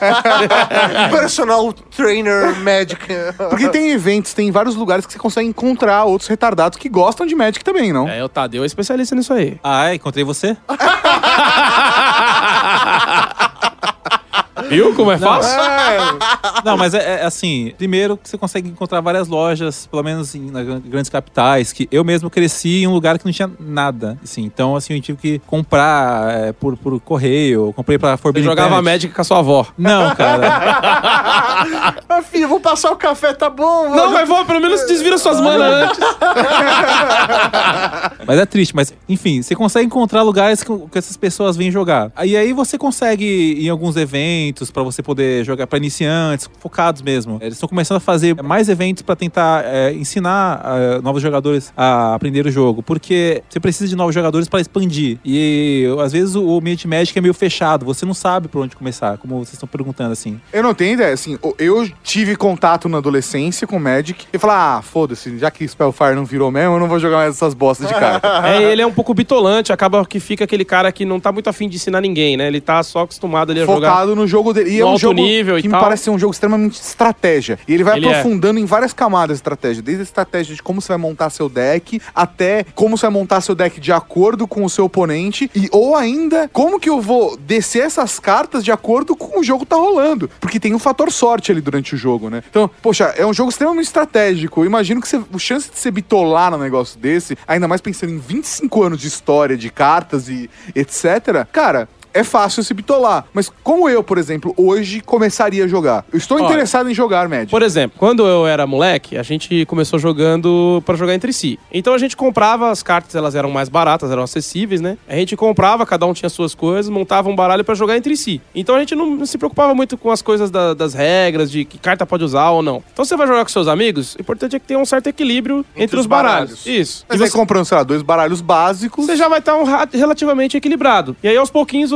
Personal Trainer Magic. Porque tem eventos, tem vários lugares que você consegue encontrar outros retardados que gostam de Magic também, não? É, o Tadeu é especialista nisso aí. Ah, encontrei você? Viu como é fácil? Não, não mas é, é assim, primeiro que você consegue encontrar várias lojas, pelo menos em nas grandes capitais, que eu mesmo cresci em um lugar que não tinha nada, assim, então assim, eu tive que comprar é, por, por correio, comprei pra Forbidden Você jogava Planet. Magic com a sua avó? Não, cara. Ah, filho, vou passar o café, tá bom? Não, mas vó, pelo menos desvira suas manas antes. Mas é triste, mas enfim, você consegue encontrar lugares que, que essas pessoas vêm jogar. E aí você consegue ir em alguns eventos pra você poder jogar pra iniciantes, focados mesmo. Eles estão começando a fazer mais eventos pra tentar é, ensinar uh, novos jogadores a aprender o jogo, porque você precisa de novos jogadores pra expandir. E às vezes o ambiente Magic é meio fechado, você não sabe por onde começar, como vocês estão perguntando assim. Eu não tenho ideia, assim, eu tive contato na adolescência com Magic e falei, ah, foda-se, já que Spellfire não virou mesmo, eu não vou jogar mais essas bostas de cara. É, ele é um pouco bitolante, acaba que fica aquele cara que não tá muito afim de ensinar ninguém, né? Ele tá só acostumado ali a Focado jogar... Focado no jogo dele. E no é um alto jogo nível que e me tal. parece ser um jogo extremamente de estratégia. E ele vai Ele aprofundando é. em várias camadas de estratégia. Desde a estratégia de como você vai montar seu deck, até como você vai montar seu deck de acordo com o seu oponente, e ou ainda, como que eu vou descer essas cartas de acordo com o jogo tá rolando. Porque tem um fator sorte ali durante o jogo, né? Então, poxa, é um jogo extremamente estratégico. Eu imagino que você, o chance de você bitolar num negócio desse, ainda mais pensando em vinte e cinco anos de história, de cartas e etcétera, cara... É fácil se bitolar. Mas como eu, por exemplo, hoje começaria a jogar? Eu estou Olha, interessado em jogar Magic. Por exemplo, quando eu era moleque, a gente começou jogando pra jogar entre si. Então a gente comprava as cartas, elas eram mais baratas, eram acessíveis, né? A gente comprava, cada um tinha suas coisas, montava um baralho pra jogar entre si. Então a gente não, não se preocupava muito com as coisas da, das regras, de que carta pode usar ou não. Então você vai jogar com seus amigos, o importante é que tenha um certo equilíbrio entre, entre os baralhos. baralhos. Isso. Mas e aí você comprando, sei lá, dois baralhos básicos... Você já vai estar um, relativamente equilibrado. E aí aos pouquinhos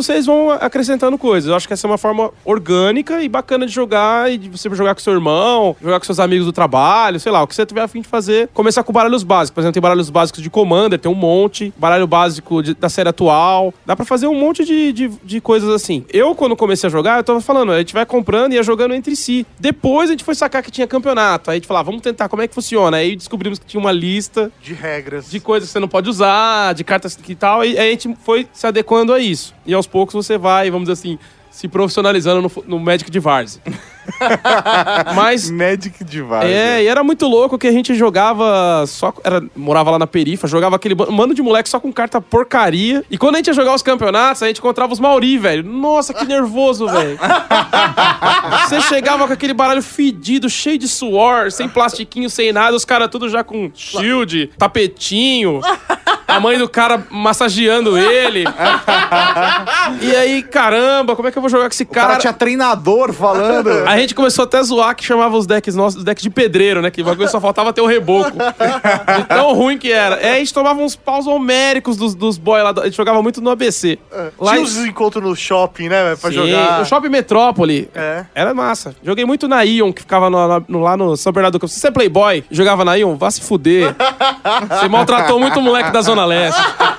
vocês vão acrescentando coisas. Eu acho que essa é uma forma orgânica e bacana de jogar, e de você jogar com seu irmão, jogar com seus amigos do trabalho, sei lá, o que você tiver a fim de fazer. Começar com baralhos básicos. Por exemplo, tem baralhos básicos de Commander, tem um monte. Baralho básico de, da série atual. Dá pra fazer um monte de, de, de coisas assim. Eu, quando comecei a jogar, eu tava falando, a gente vai comprando e ia jogando entre si. Depois a gente foi sacar que tinha campeonato. Aí a gente falava, vamos tentar, como é que funciona? Aí descobrimos que tinha uma lista de regras, de coisas que você não pode usar, de cartas que tal. E aí a gente foi se adequando a isso. E aos poucos você vai, vamos dizer assim, se profissionalizando no, no Magic de Várzea. Mas Magic de Várzea. É, e era muito louco que a gente jogava só... Era, morava lá na perifa, jogava aquele mano de moleque só com carta porcaria. E quando a gente ia jogar os campeonatos, a gente encontrava os Mauri, velho. Nossa, que nervoso, velho. Você chegava com aquele baralho fedido, cheio de suor, sem plastiquinho, sem nada. Os caras tudo já com shield, tapetinho. A mãe do cara massageando ele. E aí, caramba, como é que eu vou jogar com esse cara? O cara tinha treinador falando. A gente começou até a zoar que chamava os decks nossos os decks de pedreiro, né? Que o bagulho só faltava ter o reboco. De tão ruim que era. É, a gente tomava uns paus homéricos dos, dos boys lá. A gente jogava muito no A B C. É. Lá Tinha em... uns encontros no shopping, né? Pra Sim, jogar. o Shopping Metrópole. É. Era massa. Joguei muito na Ion, que ficava no, no, lá no São Bernardo do Campo. Se você é playboy, jogava na Ion, vá se fuder. Você maltratou muito o moleque da Zona Leste.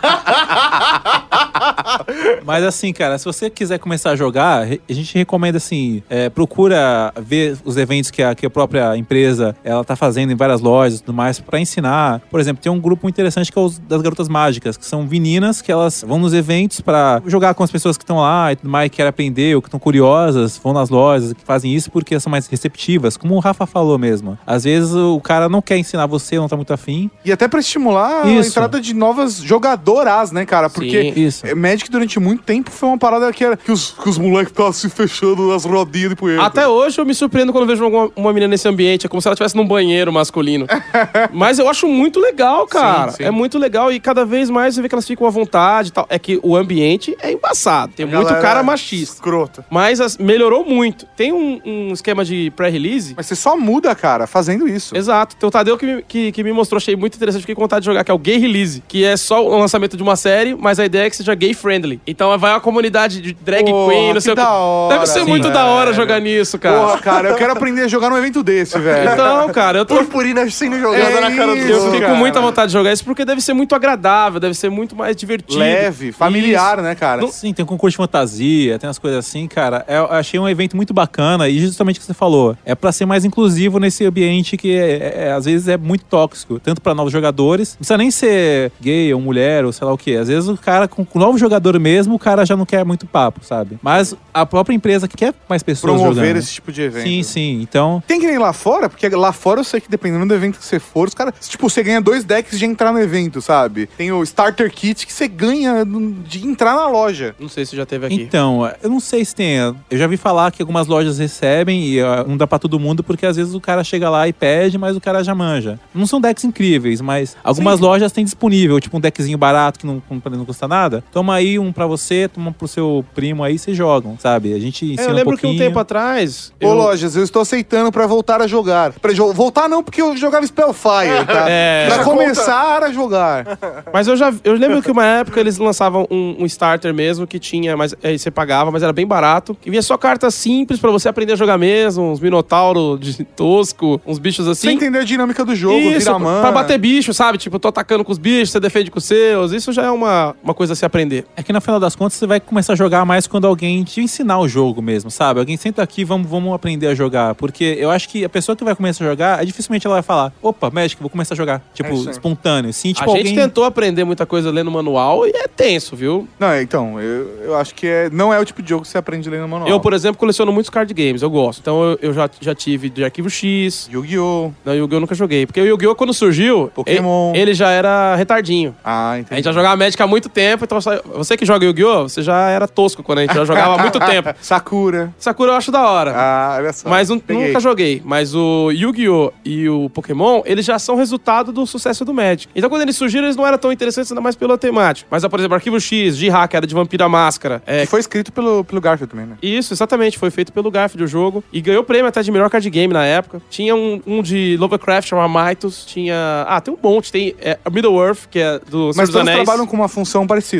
Mas assim, cara, se você quiser começar a jogar, a gente recomenda assim, é, procura ver os eventos que a, que a própria empresa ela tá fazendo em várias lojas e tudo mais pra ensinar. Por exemplo, tem um grupo interessante que é os das Garotas Mágicas, que são meninas que elas vão nos eventos pra jogar com as pessoas que estão lá e tudo mais, que querem aprender ou que estão curiosas, vão nas lojas, que fazem isso porque são mais receptivas, como o Rafa falou mesmo. Às vezes o cara não quer ensinar você, não tá muito afim. E até pra estimular isso. a entrada de novas jogadoras, né, cara? Porque Sim, isso. Magic durante muito tempo foi uma parada que era que os, que os moleques estavam se fechando nas rodinhas de poeira. Até hoje eu me surpreendo quando vejo uma, uma menina nesse ambiente. É como se ela estivesse num banheiro masculino. Mas eu acho muito legal, cara. Sim, sim. É muito legal e cada vez mais você vê que elas ficam à vontade e tal. É que o ambiente é embaçado. Tem A muito galera cara machista. Escrota. Mas as, melhorou muito. Tem um, um esquema de pré-release. Mas você só muda, cara, fazendo isso. Exato. Tem o Tadeu que, me- que, que me mostrou, achei muito interessante. Fiquei com vontade de jogar, que é o Gay Release. Que é só o lançamento de uma série, mas a ideia é que seja gay friendly. Então vai uma comunidade de drag Porra, queen, não que sei o da hora, Deve ser sim, muito velho. da hora jogar nisso, cara. Porra, cara, eu quero aprender a jogar num evento desse, velho. Então, cara, eu tô... Purpurina sendo jogada É na cara do isso, Eu outro. fiquei cara. com muita vontade de jogar isso porque deve ser muito agradável, deve ser muito mais divertido. Leve, familiar, né, cara? Sim, tem um concurso de fantasia, tem umas coisas assim, cara. Eu achei um evento muito bacana e justamente o que você falou, é pra ser mais inclusivo nesse ambiente que é, é, é, às vezes é muito tóxico, tanto pra novos jogadores, não precisa nem ser gay ou mulher ou sei lá o que. Às vezes o cara, com o novo jogador mesmo, o cara já não quer muito papo, sabe? Mas a própria empresa que quer mais pessoas Promover jogando. esse tipo de evento. Sim, sim. Então, Tem que nem lá fora, porque lá fora eu sei que dependendo do evento que você for, os caras, tipo, você ganha dois decks de entrar no evento, sabe? Tem o Starter Kit que você ganha de entrar na loja. Não sei se já teve aqui. Então, eu não sei se tem. Eu já vi falar que algumas lojas recebem e uh, não dá pra todo mundo, porque às vezes o cara chega lá e pede, mas o cara já manja. Não são decks incríveis, mas algumas Sim. lojas têm disponível, tipo um deckzinho barato que não, não, não custa nada. Toma aí um pra você, toma pro seu primo aí, vocês jogam, sabe? A gente ensina É, eu lembro um pouquinho. que um tempo atrás... Ô, eu- lojas, eu estou aceitando pra voltar a jogar. Pra jo- voltar não, porque eu jogava Spellfire, tá? É. Pra Já começar a jogar. Mas eu já eu lembro que uma época eles lançavam um, um starter mesmo que tinha, mas aí você pagava, mas era bem barato. E vinha só cartas simples pra você aprender a jogar mesmo, uns minotauro de tosco, uns bichos assim. Sem entender a dinâmica do jogo, Isso, vira mana. pra bater bicho, sabe? Tipo, eu tô atacando com os bichos, você defende com os seus. Isso já é uma, uma coisa a se aprender. É que no final das contas você vai começar a jogar mais quando alguém te ensinar o jogo mesmo, sabe? Alguém senta aqui, vamos, vamos aprender a jogar. Porque eu acho que a pessoa que vai começar a jogar, dificilmente ela vai falar, opa, Magic, vou começar a jogar. Tipo, É isso aí. espontâneo. Sim, tipo a alguém... gente tentou aprender muita coisa lendo manual e é tenso, viu? Não, então, eu, eu acho que é, não é o tipo de jogo que você aprende lendo manual. Eu, por exemplo, coleciono muitos card games, eu gosto. Então eu, eu já, já tive de Arquivo X. Yu-Gi-Oh! Não, Yu-Gi-Oh! Eu nunca joguei. Porque o Yu-Gi-Oh! Quando surgiu, Pokémon. Ele, ele já era retardinho. Ah, entendi. A gente já jogava Magic há muito tempo, então só- você que joga Yu-Gi-Oh! Você já era tosco quando a gente já jogava há muito tempo. Sakura. Sakura eu acho da hora. Ah, olha só. Mas não- Peguei. nunca joguei. Mas o Yu-Gi-Oh! E o Pokémon, eles já são resultado do sucesso do Magic. Então quando eles surgiram, eles não eram tão interessantes, ainda mais pela temática. Mas, por exemplo, Arquivo X, G-Hack, que era de Vampira Máscara. É, Que foi escrito pelo, pelo Garfield também, né? Isso, exatamente. Foi feito pelo Garfield o jogo. E ganhou prêmio até de melhor card game na época. Tinha um, um de Lovecraft, chamado Mythos. Tinha... Ah, tem um monte. Tem é, a Middle-earth, que é do Senhor Mas dos todos Anéis. trabalham com uma função parecida. Ah,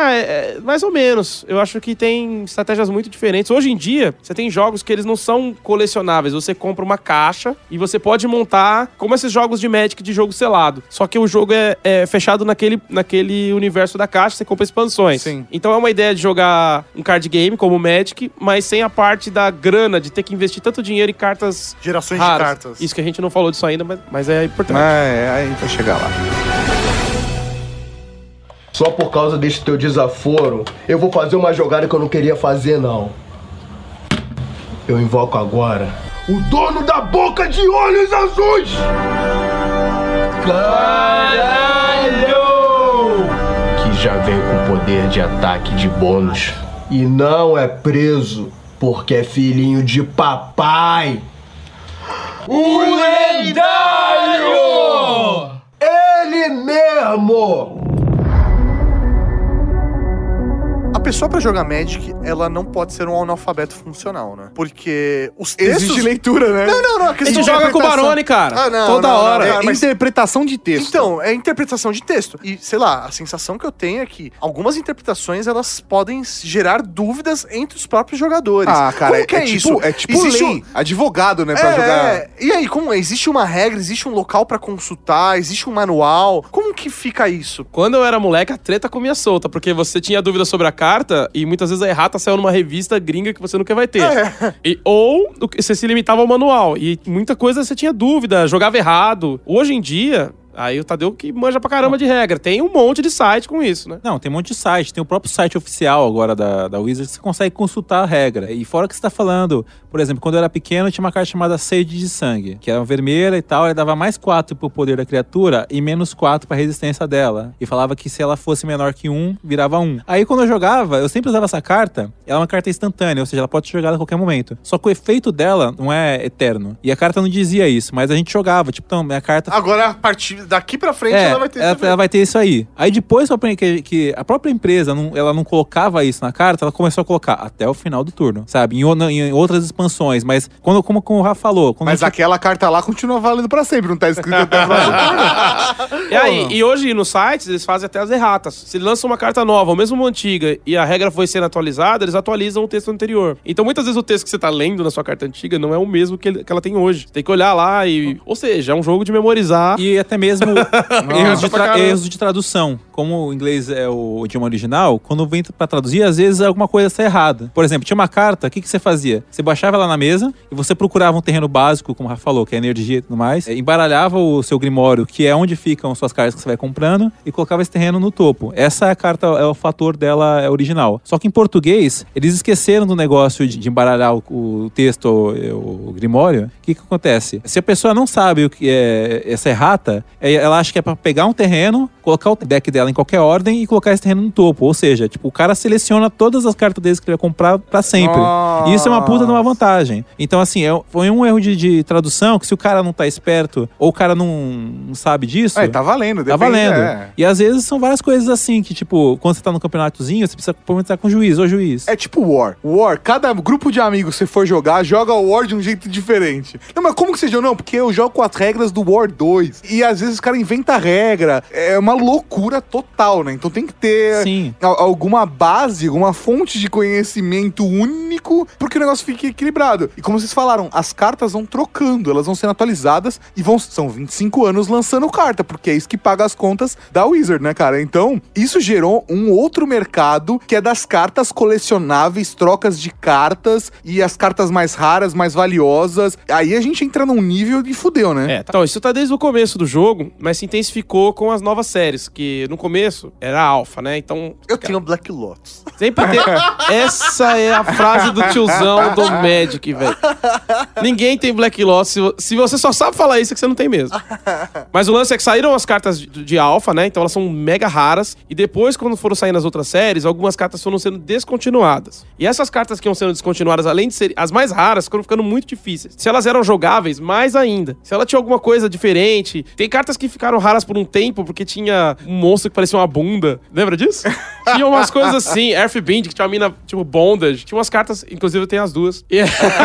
Ah, é, é, mais ou menos. Eu acho que tem estratégias muito diferentes. Hoje em dia, você tem jogos que eles não são colecionáveis. Você compra uma caixa e você pode montar como esses jogos de Magic de jogo selado. Só que o jogo é, é fechado naquele, naquele universo da caixa, você compra expansões. Sim. Então é uma ideia de jogar um card game como o Magic, mas sem a parte da grana, de ter que investir tanto dinheiro em cartas Gerações raras. de cartas. Isso que a gente não falou disso ainda, mas, mas é importante. É, aí a gente vai chegar lá. Só por causa desse teu desaforo, eu vou fazer uma jogada que eu não queria fazer, não. Eu invoco agora o dono da boca de olhos azuis! Caralho! Que já vem com poder de ataque de bônus. E não é preso porque é filhinho de papai. O lendário! Ele mesmo! A pessoa pra jogar Magic, ela não pode ser um analfabeto funcional, né? Porque os textos... Existe leitura, né? Não, não, não. A A gente de joga com o interpretação- Barone, cara. Ah, não, Toda não, não, hora. cara, É mas- interpretação de texto. Então, é interpretação de texto. E, sei lá, a sensação que eu tenho é que algumas interpretações, elas podem gerar dúvidas entre os próprios jogadores. Ah, cara, como que é, é, isso? tipo, é tipo Existe lei, um- advogado, né, pra É, jogar. é. E aí, como existe uma regra, existe um local pra consultar, existe um manual? Como que fica isso? Quando eu era moleque, a treta comia solta, porque você tinha dúvida sobre a carta e muitas vezes a errata saiu numa revista gringa que você nunca vai ter. É. E, ou o que- você se limitava ao manual. E muita coisa você tinha dúvida, jogava errado. Hoje em dia, aí o Tadeu que manja pra caramba de regra. Tem um monte de site com isso, né? Não, tem um monte de site. Tem o próprio site oficial agora da, da Wizards que você consegue consultar a regra. E fora que você tá falando, por exemplo, quando eu era pequeno, tinha uma carta chamada Sede de Sangue, que era vermelha e tal, ela dava mais quatro pro poder da criatura e menos quatro pra resistência dela. E falava que se ela fosse menor que um, virava um. Aí quando eu jogava, eu sempre usava essa carta, ela é uma carta instantânea, ou seja, ela pode ser jogada a qualquer momento. Só que o efeito dela não é eterno. E a carta não dizia isso, mas a gente jogava. Tipo, então, minha carta... Agora, a partir daqui pra frente, É, ela vai ter ela, isso. ela vai ter isso aí. Aí depois que, que a própria empresa não, ela não colocava isso na carta, ela começou a colocar até o final do turno, sabe? Em, o- em outras expansões, mas quando, como, como o Rafa falou... Quando Mas a gente- aquela carta lá continua valendo pra sempre, não tá escrito até o final do turno. E aí, e hoje nos sites, eles fazem até as erratas. Se lançam uma carta nova, ou mesmo uma antiga, e a regra foi sendo atualizada, eles atualizam o texto anterior. Então, muitas vezes o texto que você tá lendo na sua carta antiga não é o mesmo que, ele- que ela tem hoje. Você tem que olhar lá e... Ou seja, é um jogo de memorizar. E até mesmo erros, de pra tra- caramba. erros de tradução. Como o inglês é o idioma original, quando vem pra traduzir, às vezes alguma coisa está errada. Por exemplo, tinha uma carta, o que, que você fazia? Você baixava ela na mesa e você procurava um terreno básico, como o Rafa falou, que é energia e tudo mais, é, embaralhava o seu grimório, que é onde ficam suas cartas que você vai comprando, e colocava esse terreno no topo. Essa é a carta, é o fator dela é original. Só que em português, eles esqueceram do negócio de, de embaralhar o, o texto, o, o grimório. O que que acontece? Se a pessoa não sabe o que é essa errata, é, ela acha que é pra pegar um terreno, colocar o deck dela em qualquer ordem e colocar esse terreno no topo. Ou seja, tipo, o cara seleciona todas as cartas deles que ele vai comprar pra sempre. E isso é uma puta de uma vantagem. Então, assim, é, foi um erro de, de tradução que se o cara não tá esperto ou o cara não, não sabe disso... É, tá valendo. Tá depende, valendo. é. E às vezes são várias coisas assim, que tipo, quando você tá no campeonatozinho, você precisa comentar com o juiz, ô juiz. É tipo War. War, cada grupo de amigos que você for jogar, joga o War de um jeito diferente. Não, mas como que você joga? Não, porque eu jogo com as regras do War dois. E às vezes os caras inventam a regra. É uma loucura total, né? Então tem que ter Sim. a- alguma base, alguma fonte de conhecimento único porque o negócio fique equilibrado. E como vocês falaram, as cartas vão trocando, elas vão sendo atualizadas e vão, são vinte e cinco anos lançando carta, porque é isso que paga as contas da Wizard, né, cara? Então, isso gerou um outro mercado que é das cartas colecionáveis, trocas de cartas e as cartas mais raras, mais valiosas. Aí a gente entra num nível de fudeu, né? É, então, isso tá desde o começo do jogo, mas se intensificou com as novas séries, que no começo era alfa, né? Então. Eu tenho Black Lotus. Sempre tem. Essa é a frase do tiozão do Magic, velho. Ninguém tem Black Lotus. Se vo- Se você só sabe falar isso, é que você não tem mesmo. Mas o lance é que saíram as cartas de, de alfa, né? Então elas são mega raras. E depois, quando foram saindo as outras séries, algumas cartas foram sendo descontinuadas. E essas cartas que iam sendo descontinuadas, além de serem as mais raras, foram ficando muito difíceis. Se elas eram jogáveis, mais ainda. Se ela tinha alguma coisa diferente. Tem cartas que ficaram raras por um tempo, porque tinha tinha um monstro que parecia uma bunda. Lembra disso? Tinha umas coisas assim, Earthbind, que tinha uma mina, tipo, bondage. Tinha umas cartas, inclusive eu tenho as duas. E...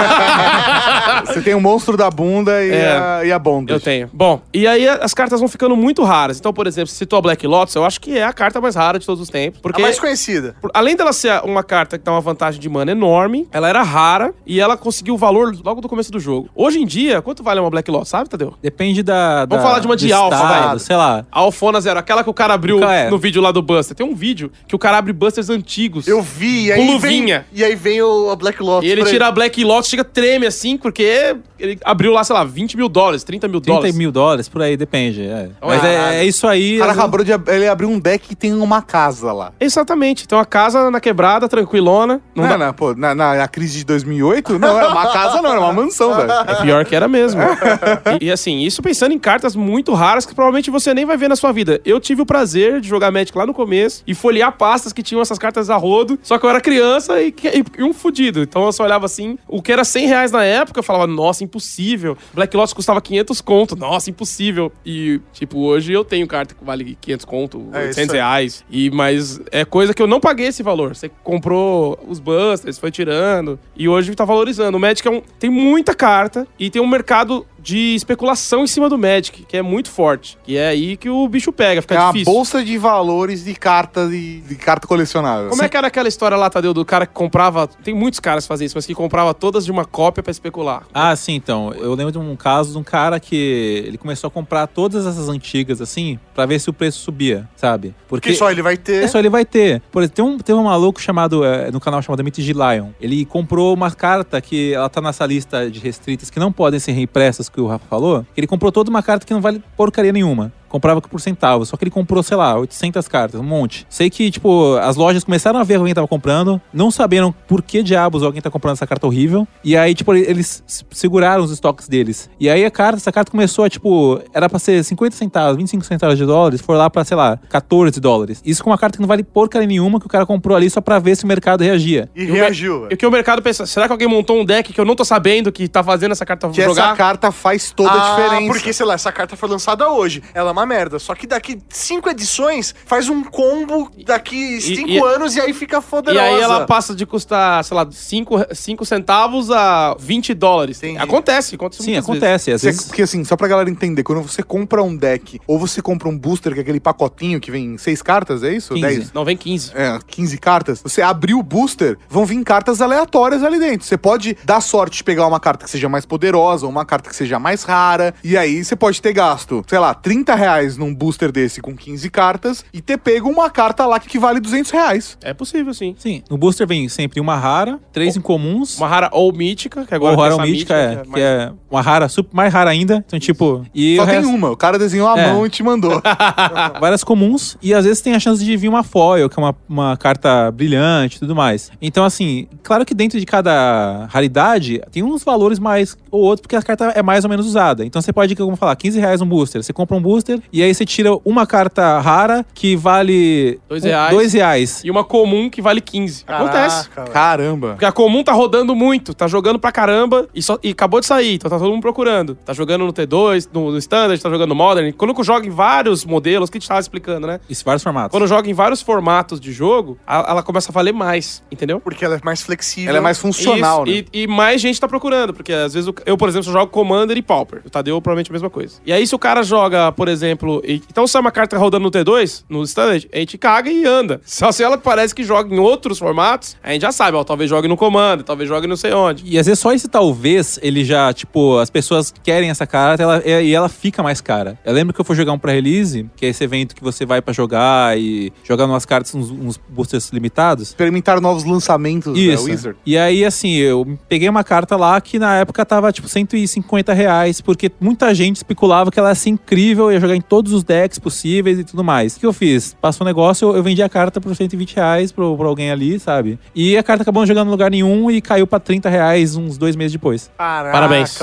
Você tem o monstro da bunda e, É. a, e a bondage. Eu tenho. Bom, e aí as cartas vão ficando muito raras. Então, por exemplo, você citou a Black Lotus, eu acho que é a carta mais rara de todos os tempos. Porque, A mais conhecida. por- além dela ser uma carta que dá uma vantagem de mana enorme, ela era rara e ela conseguiu o valor logo do começo do jogo. Hoje em dia, quanto vale uma Black Lotus, sabe, Tadeu? Depende da... Vamos da- falar de uma do de alfa, estado, vai. sei lá. A Alfona Zero, aquela que o cara abriu Qual é? no vídeo lá do Buster. Tem um vídeo que o cara abre Busters antigos. Eu vi, e Com aí luvinha. vem, e aí vem o a Black Lotus. E ele pra tira a Black Lotus, chega treme assim, porque ele abriu lá, sei lá, vinte mil dólares, trinta mil trinta dólares. mil dólares, por aí, depende. é. Mas Caralho. é, é isso aí. O cara às vezes- acabou de ab- ele abriu um deck que tem uma casa lá. Exatamente. Então a casa na quebrada, tranquilona. Não Não, dá- não, pô, na, na, na crise de dois mil e oito, não era uma casa, não, era uma mansão, velho. É pior que era mesmo. e, e, assim, isso pensando em cartas muito raras que provavelmente você nem vai ver na sua vida. Eu tive o prazer de jogar Magic lá no começo e folhear pastas que tinham essas cartas a rodo, só que eu era criança e, que- e- e um fudido. Então eu só olhava assim, o que era cem reais na época, eu falava, nossa, impossível. Black Lotus custava quinhentos conto, nossa, impossível. E, tipo, hoje eu tenho carta que vale quinhentos conto, É isso oitocentos aí. reais. E, mas é coisa que eu não paguei esse valor. Você comprou os busters, foi tirando, e hoje tá valorizando. O Magic é um, tem muita carta e tem um mercado de especulação em cima do Magic, que é muito forte. Que é aí que o bicho pega, fica É uma difícil. bolsa de valores de carta, de, de carta colecionável. Como é que era aquela história lá, Tadeu, do cara que comprava... Tem muitos caras que fazem isso, mas que comprava todas de uma cópia pra especular. Ah, sim, então. Eu lembro de um caso de um cara que ele começou a comprar todas essas antigas, assim, pra ver se o preço subia, sabe? Porque só ele vai ter. É só ele vai ter. Por exemplo, tem um, tem um maluco chamado, é, no canal chamado M T G Lion. Ele comprou uma carta que ela tá nessa lista de restritas que não podem ser reimpressas, que o Rafa falou. Ele comprou toda uma carta que não vale porcaria nenhuma. Comprava por centavos. Só que ele comprou, sei lá, oitocentas cartas, um monte. Sei que, tipo, as lojas começaram a ver alguém tava comprando, não saberam por que diabos alguém tá comprando essa carta horrível. E aí, tipo, eles seguraram os estoques deles. E aí a carta, essa carta começou a, tipo, era pra ser cinquenta centavos, vinte e cinco centavos de dólares, foi lá pra, sei lá, quatorze dólares. Isso com uma carta que não vale porcaria nenhuma, que o cara comprou ali só pra ver se o mercado reagia. E o reagiu, mer- velho. E o que o mercado pensa, será que alguém montou um deck que eu não tô sabendo que tá fazendo essa carta Que jogar? essa carta faz toda a Ah, diferença. porque, sei lá, essa carta foi lançada hoje. Ela é uma merda. Só que daqui cinco edições faz um combo daqui cinco e- anos e aí fica E poderosa. aí ela passa de custar, sei lá, cinco centavos a vinte dólares. Acontece, acontece Sim, muitas acontece. Às Você- vezes... Porque assim, só pra galera entender, quando você compra um deck, ou você compra um booster, que é aquele pacotinho que vem seis cartas, é isso? quinze. dez? Não, vem quinze. É, quinze cartas. Você abriu o booster, vão vir cartas aleatórias ali dentro. Você pode dar sorte de pegar uma carta que seja mais poderosa, ou uma carta que seja mais rara, e aí você pode ter gasto, sei lá, trinta reais num booster desse com quinze cartas, e ter pego uma carta lá que vale duzentos reais. É possível, sim. Sim, no booster vem sempre uma rara, três incomuns, Uma rara ou mítica, que agora ou tem rara essa ou mítica, é, mais- que é uma rara, super, mais rara ainda. Então, tipo... E Só o tem resto- uma, o cara desenhou a É. mão e te mandou. várias comuns, e às vezes tem a chance de vir uma foil, que é uma, uma carta brilhante e tudo mais. Então, assim, claro que dentro de cada raridade tem uns valores mais ou outros, porque a carta é mais ou menos usada. Então você pode, como falar, quinze reais um booster. Você compra um booster e aí você tira uma carta rara que vale Dois um- reais. dois reais. E uma comum que vale quinze. Acontece. Caraca, velho. Caramba. Porque a comum tá rodando muito, tá jogando pra caramba e, só, e acabou de sair, então tá todo mundo procurando. Tá jogando no T dois, no, no Standard, tá jogando no Modern. Quando joga em vários modelos, que a gente tava explicando, né? Isso, vários formatos. Quando joga em vários formatos de jogo, a- ela começa a valer mais, entendeu? Porque ela é mais flexível. Ela é mais funcional, Isso, né? e, e mais gente tá procurando, porque às vezes eu, eu, por exemplo, jogo Commander e Pauper. O Tadeu provavelmente a mesma coisa. E aí, se o cara joga, por exemplo. E, então, se é uma carta rodando no T dois, no Standard, a gente caga e anda. Só se ela parece que joga em outros formatos, a gente já sabe, ó, talvez jogue no Commander, talvez jogue não sei onde. E às vezes só esse talvez, ele já, tipo, as pessoas querem essa carta ela, e ela fica mais cara. Eu lembro que eu fui jogar um pré-release, que é esse evento que você vai pra jogar e jogar umas cartas, uns, uns boosters limitados. Experimentar novos lançamentos Isso. da Wizard. E aí, assim, eu peguei uma carta lá que na época tava, tipo, cento e cinquenta reais, porque muita gente especulava que ela ia ser incrível, ia jogar em todos os decks possíveis e tudo mais. O que eu fiz? Passou o negócio, eu, eu vendi a carta por cento e vinte reais pro, pro alguém ali, sabe? E a carta acabou não jogando em lugar nenhum e caiu pra trinta reais uns dois meses depois. Caraca, Parabéns.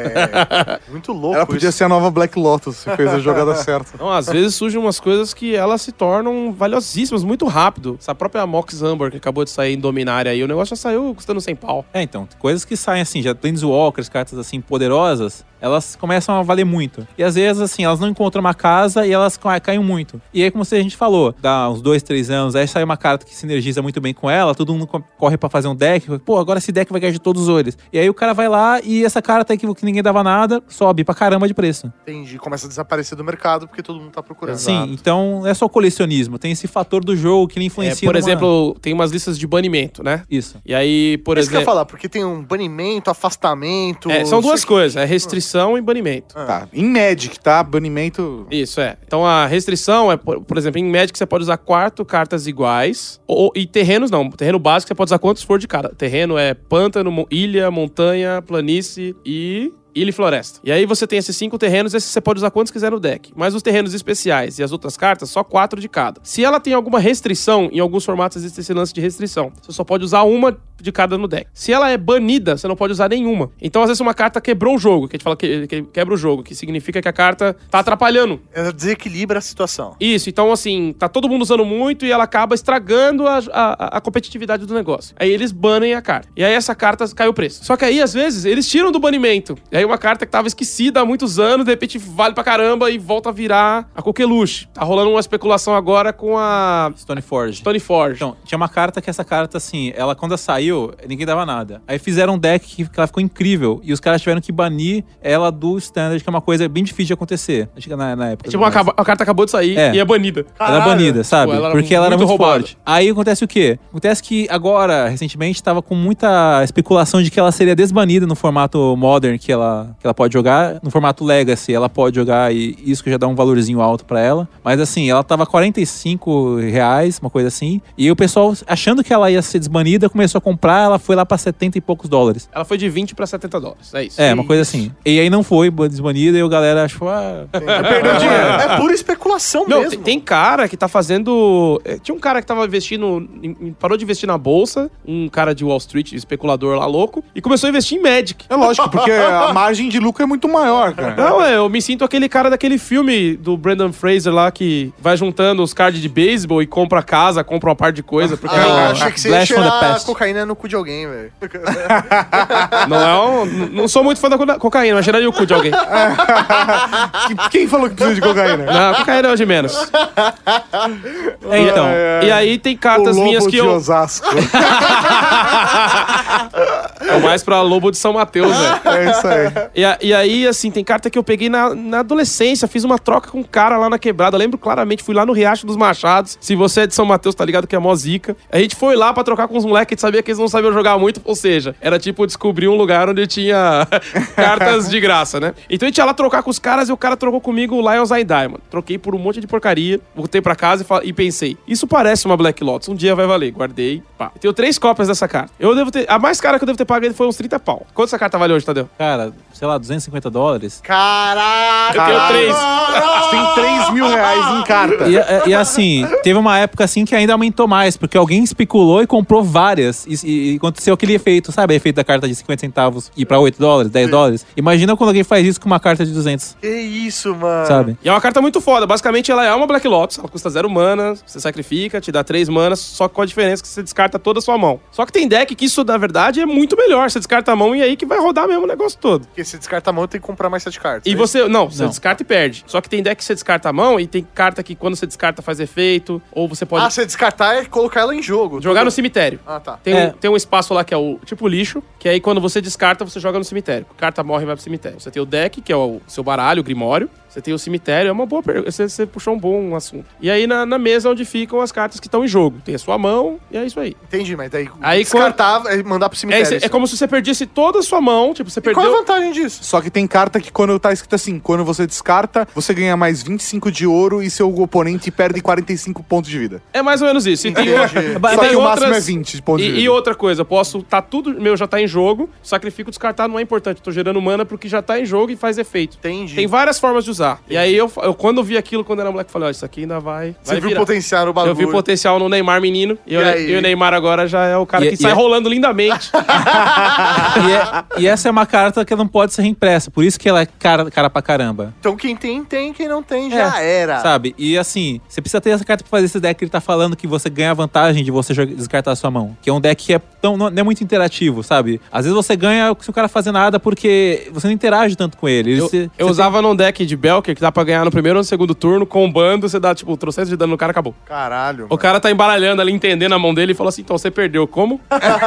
velho. Muito louco Ela podia isso. ser a nova Black Lotus, se fez a jogada certa. Então, às vezes surgem umas coisas que elas se tornam valiosíssimas muito rápido. Essa própria Mox Amber, que acabou de sair em Dominária aí, o negócio já saiu custando cem pau. É, então, coisas que saem assim, já Planeswalkers, cartas assim poderosas, elas começam a valer muito. E às vezes, assim, elas não encontram uma casa e elas ca- caem muito. E aí, como a gente falou, dá uns dois, três anos, aí sai uma carta que sinergiza muito bem com ela, todo mundo co- corre pra fazer um deck, pô, agora esse deck vai ganhar de todos os olhos. E aí o cara vai lá e essa carta aí que, que ninguém dava nada, sobe pra caramba de preço. Entendi. Começa a desaparecer do mercado porque todo mundo tá procurando. Sim, então não é só colecionismo, tem esse fator do jogo que ele influencia. É, por numa... exemplo, tem umas listas de banimento, né? Isso. E aí, por Isso que eu ia exemplo... falar, porque tem um banimento, afastamento... É, são duas sei- coisas, é restrição e banimento. Tá, em Magic, tá? Banimento... Isso, é. Então a restrição é, por, por exemplo, em Magic você pode usar quatro cartas iguais, ou, e terrenos não, terreno básico você pode usar quantos for de cada. Terreno é pântano, mo- ilha, montanha, planície e... ilha e floresta. E aí você tem esses cinco terrenos, esses você pode usar quantos quiser no deck. Mas os terrenos especiais e as outras cartas, só quatro de cada. Se ela tem alguma restrição, em alguns formatos existe esse lance de restrição. Você só pode usar uma de cada no deck. Se ela é banida, você não pode usar nenhuma. Então, às vezes, uma carta quebrou o jogo, que a gente fala que, que quebra o jogo, que significa que a carta tá atrapalhando. Ela desequilibra a situação. Isso, então assim, tá todo mundo usando muito e ela acaba estragando a, a, a competitividade do negócio. Aí eles banem a carta. E aí essa carta cai o preço. Só que aí, às vezes, eles tiram do banimento. E aí uma carta que tava esquecida há muitos anos, de repente vale pra caramba e volta a virar a coqueluche. Tá rolando uma especulação agora com a... Stoneforge. Stoneforge. Então, tinha uma carta que essa carta, assim, ela quando ela saiu, ninguém dava nada. Aí fizeram um deck que, que ela ficou incrível. E os caras tiveram que banir ela do Standard, que é uma coisa bem difícil de acontecer. Acho que na, na época. Tipo, uma, mas... a carta acabou de sair É. e é banida. Ela é banida, sabe? Tipo, ela era Porque ela era muito muito roubada. forte. Aí acontece o quê? Acontece que agora, recentemente, tava com muita especulação de que ela seria desbanida no formato Modern que ela, que ela pode jogar. No formato Legacy, ela pode jogar e isso que já dá um valorzinho alto pra ela. Mas assim, ela tava quarenta e cinco reais, uma coisa assim. E o pessoal, achando que ela ia ser desbanida, começou a comprar, ela foi lá pra setenta e poucos dólares. Ela foi de vinte pra setenta dólares, é isso. É, uma coisa assim. E aí não foi desbanida e a galera achou... Ah, Perdeu dinheiro. É pura especulação Não, mesmo. tem, tem cara que tá fazendo... é, Tinha um cara que tava investindo... em- em- parou de investir na bolsa, um cara de Wall Street, especulador lá louco, e começou a investir em Magic. É lógico, porque a margem de lucro é muito maior, cara. Não, é, eu me sinto aquele cara daquele filme do Brendan Fraser lá que vai juntando os cards de beisebol e compra casa, compra uma parte de coisa. Porque Ah, é eu um- achei que você ia Blast from the cheirar past. cocaína no cu de alguém, velho. não é um, n- não sou muito fã da co- cocaína, mas cheiraria o cu de alguém. Quem falou que precisa de cocaína? Não, cocaína é o de menos. É, então. E aí tem cartas o lobo minhas que de eu... Osasco. É mais pra Lobo de São Mateus, velho. É isso aí. E, a- e aí, assim, tem carta que eu peguei na, na adolescência, fiz uma troca com um cara lá na quebrada. Eu lembro claramente, fui lá no Riacho dos Machados. Se você é de São Mateus, tá ligado que é mó zica. A gente foi lá pra trocar com os moleques, a gente sabia que eles não sabiam jogar muito, ou seja, era tipo descobrir um lugar onde tinha cartas de graça, né? Então a gente ia lá trocar com os caras e o cara trocou comigo o Lions Eye Diamond. Troquei por um monte de porcaria, voltei pra casa e, fa- e pensei, isso parece uma Black Lotus, um dia vai valer. Guardei, pá. Eu tenho três cópias dessa carta. Eu devo ter... A mais cara que eu devo ter pago foi uns trinta pau. Quanto essa carta vale hoje, Tadeu? Cara, sei lá, duzentos e cinquenta dólares. Caraca! Eu tenho três. Você tem três mil reais em carta. E, e assim, teve uma época assim que ainda aumentou mais, porque alguém especulou e comprou várias. E, e aconteceu aquele efeito, sabe? O efeito da carta de cinquenta centavos ir pra oito dólares, dez dólares. Imagina quando alguém faz isso com uma carta de duzentos, Que isso, mano. sabe? E é uma carta muito foda. Basicamente, ela é uma Black Lotus. Ela custa zero mana. Você sacrifica, te dá três manas. Só que com a diferença que você descarta toda a sua mão. Só que tem deck que isso, na verdade, é muito melhor. Você descarta a mão e aí que vai rodar mesmo o negócio todo. Porque se descarta a mão, tem que comprar mais sete cartas. E é você... Não, você Não. descarta e perde. Só que tem deck que você descarta a mão e tem carta que quando você descarta faz efeito. Ou você isso? pode Ah, você descartar é colocar ela em jogo. jogar Tudo- no cemitério. Ah, tá. Tem, É. um, tem um espaço lá que é o tipo lixo, que aí quando você descarta, você joga no cemitério. A carta morre e vai pro cemitério. Você tem o deck, que é o seu baralho, o grimório. Você tem o cemitério, é uma boa pergunta. Você, você puxou um bom assunto. E aí na, na mesa onde ficam as cartas que estão em jogo. Tem a sua mão e é isso aí. Entendi, mas daí Aí descartar é mandar pro É, cemitério. isso- é isso. como se você perdesse toda a sua mão. Tipo, você E qual é a perdeu. vantagem disso? Só que tem carta que quando tá escrito assim, quando você descarta, você ganha mais vinte e cinco de ouro e seu oponente perde quarenta e cinco pontos de vida. É mais ou menos isso. E tem, Entendi. e Só tem que o máximo outras- é vinte de pontos de E, vida. e outra coisa, eu posso. Tá tudo. Meu já tá em jogo. Sacrifico, descartar não é importante. Tô gerando mana porque já tá em jogo e faz efeito. Entendi. Tem várias formas de usar. E aí eu, eu quando eu vi aquilo quando era moleque, falei, ó, isso aqui ainda vai. Você vai viu o virar. potencial no bagulho. Eu vi o potencial no Neymar menino. E, E eu- aí? e o Neymar agora já é o cara E- que e sai é- rolando lindamente. E, é- e essa é uma carta que não pode ser reimpressa, por isso que ela é cara, cara pra caramba. Então quem tem, tem. Quem não tem, já É, era. Sabe? E assim, você precisa ter essa carta pra fazer esse deck que ele tá falando que você ganha a vantagem de você jogar- descartar a sua mão. Que é um deck que é tão, não não é muito interativo, sabe? sabe? Às vezes você ganha se o cara fazer nada porque você não interage tanto com ele. ele Eu, você, eu você usava num deck de Belker que dá pra ganhar no primeiro ou no segundo turno, combando, você dá, tipo, um trocentos de dano no cara, acabou. Caralho. O cara tá embaralhando ali, entendendo a mão dele e falou assim, então você perdeu, como?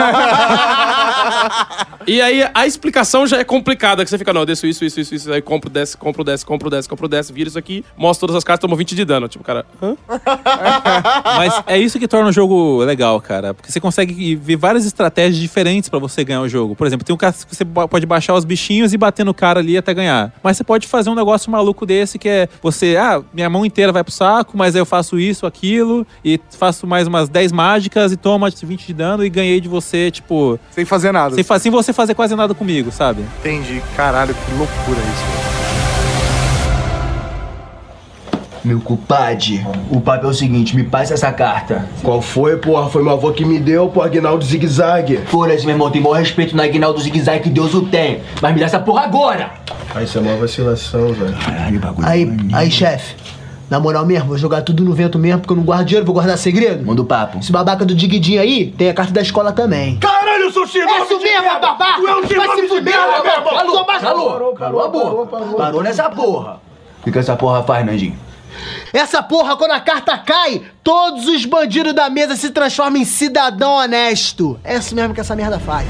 E aí a explicação já é complicada, que você fica, não, eu desço isso, isso, isso, isso, aí compro, desce, compro, desce, compro, desce, compro, desce, vira isso aqui, mostra todas as cartas, tomou vinte de dano. Tipo, cara, hã? Mas é isso que torna o jogo legal, cara. Porque você consegue ver várias estratégias diferentes pra você ganhar o jogo. Por exemplo, tem um cara que você pode baixar os bichinhos e bater no cara ali até ganhar. Mas você pode fazer um negócio maluco desse que é você, ah, minha mão inteira vai pro saco, mas aí eu faço isso, aquilo, e faço mais umas dez mágicas e toma vinte de dano e ganhei de você, tipo... Sem fazer nada. Sem, sem você fazer quase nada comigo, sabe? Entendi. Caralho, que loucura isso. Meu culpade, o papo é o seguinte, me passa essa carta. Qual foi, porra? Foi meu avô que me deu, pô, Aguinaldo Zig Zag. Foda-se, meu irmão, tem maior respeito no Aguinaldo Zig Zag que Deus o tem. Mas me dá essa porra agora! Ah, isso é uma vacilação, velho. Caralho, bagulho. Aí, aí, chefe. Na moral mesmo, vou jogar tudo no vento mesmo, porque eu não guardo dinheiro, vou guardar segredo. Manda o papo. Esse babaca do Digidinho aí, tem a carta da escola também. Caralho, eu sou xinômetro! É isso mesmo, babaca! Tu é um Vai se fuder, meu irmão! Calou, calou, calou a boca. Parou nessa porra. O que que essa porra faz, Nandinho? Essa porra, quando a carta cai, todos os bandidos da mesa se transformam em cidadão honesto. É isso mesmo que essa merda faz.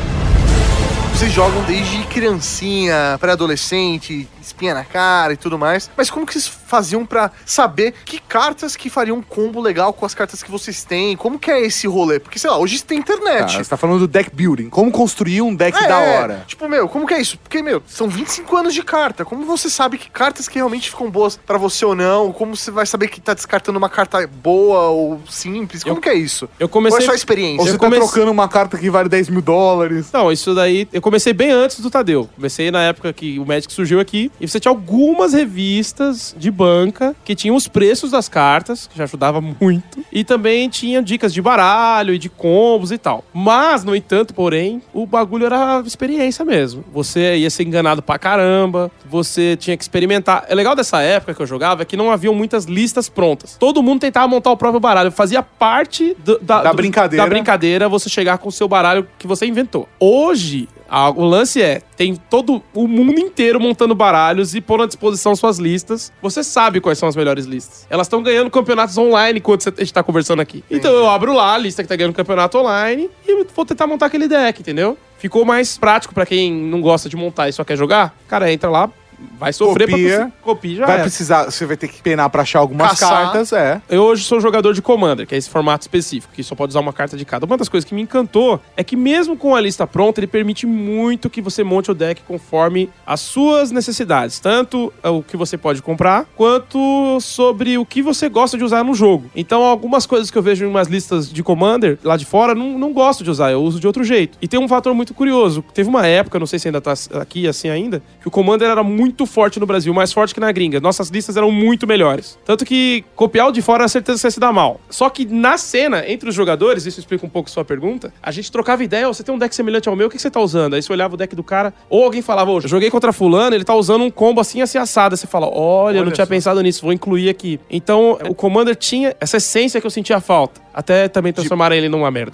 Vocês jogam desde criancinha, pré-adolescente, espinha na cara e tudo mais. Mas como que vocês faziam pra saber que cartas que fariam um combo legal com as cartas que vocês têm? Como que é esse rolê? Porque, sei lá, hoje tem internet. Tá, você tá falando do deck building. Como construir um deck é, da hora. Tipo, meu, como que é isso? Porque, meu, são vinte e cinco anos de carta. Como você sabe que cartas que realmente ficam boas pra você ou não? Como você vai saber que tá descartando uma carta boa ou simples? Como eu, que é isso? Eu comecei... Ou é só experiência? Ou você eu tá comece... trocando uma carta que vale dez mil dólares? Não, isso daí... Eu comecei bem antes do Tadeu. Comecei na época que o Magic surgiu aqui. E você tinha algumas revistas de banca que tinham os preços das cartas, que já ajudava muito. E também tinha dicas de baralho e de combos e tal. Mas, no entanto, porém, o bagulho era experiência mesmo. Você ia ser enganado pra caramba. Você tinha que experimentar. É legal dessa época que eu jogava é que não haviam muitas listas prontas. Todo mundo tentava montar o próprio baralho. Fazia parte do, da, da do, brincadeira. Da brincadeira você chegar com o seu baralho que você inventou. Hoje... Ah, o lance é, tem todo o mundo inteiro montando baralhos e pondo à disposição suas listas. Você sabe quais são as melhores listas. Elas estão ganhando campeonatos online enquanto a gente tá conversando aqui. Então eu abro lá a lista que tá ganhando campeonato online e vou tentar montar aquele deck, entendeu? Ficou mais prático pra quem não gosta de montar e só quer jogar. Cara, entra lá, vai sofrer Copia, pra copia já vai é. precisar, você vai ter que penar pra achar algumas Caçar. cartas, é. Eu hoje sou jogador de Commander, que é esse formato específico, que só pode usar uma carta de cada. Uma das coisas que me encantou é que mesmo com a lista pronta, ele permite muito que você monte o deck conforme as suas necessidades. Tanto o que você pode comprar, quanto sobre o que você gosta de usar no jogo. Então, algumas coisas que eu vejo em umas listas de Commander, lá de fora, não, não gosto de usar, eu uso de outro jeito. E tem um fator muito curioso. Teve uma época, não sei se ainda tá aqui assim ainda, que o Commander era muito forte no Brasil, mais forte que na gringa. Nossas listas eram muito melhores. Tanto que copiar o de fora era certeza que você ia se dar mal. Só que na cena, entre os jogadores, isso explica um pouco sua pergunta, a gente trocava ideia, oh, você tem um deck semelhante ao meu, o que você tá usando? Aí você olhava o deck do cara, ou alguém falava, oh, eu joguei contra fulano, ele tá usando um combo assim, assim, assado. Aí você fala, olha, olha eu não tinha só. pensado nisso, vou incluir aqui. Então, o Commander tinha essa essência que eu sentia falta. Até também transformar ele numa merda.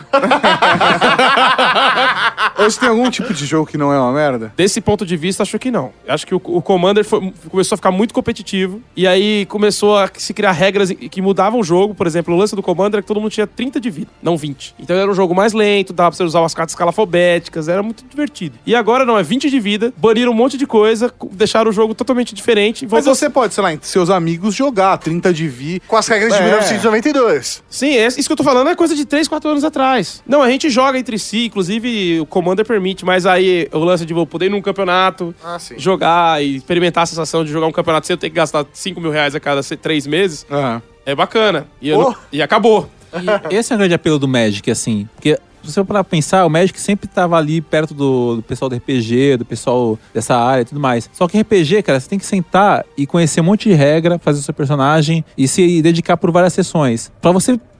Hoje tem algum tipo de jogo que não é uma merda? Desse ponto de vista, acho que não. Acho que o, o Commander foi, começou a ficar muito competitivo. E aí começou a se criar regras que mudavam o jogo. Por exemplo, o lance do Commander é que todo mundo tinha trinta de vida, não vinte. Então era um jogo mais lento, dava pra você usar umas cartas escalafobéticas, era muito divertido. E agora não, é vinte de vida, baniram um monte de coisa, deixaram o jogo totalmente diferente. Mas você pode, sei lá, entre seus amigos jogar trinta de vida. Com as regras de é. mil novecentos e noventa e dois. Sim, é, isso que eu tô falando é coisa de três, quatro anos atrás. Não, a gente joga entre si, inclusive o Commander permite, mas aí o lance de vou poder ir num campeonato, ah, sim. jogar e experimentar a sensação de jogar um campeonato sem eu ter que gastar cinco mil reais a cada três meses, uhum. é bacana. E, eu, oh. e acabou. E esse é o grande apelo do Magic, assim, porque... Se você for pensar, o Magic sempre tava ali perto do, do pessoal do R P G, do pessoal dessa área e tudo mais. Só que R P G, cara, você tem que sentar e conhecer um monte de regra, fazer o seu personagem e se dedicar por várias sessões. Pra você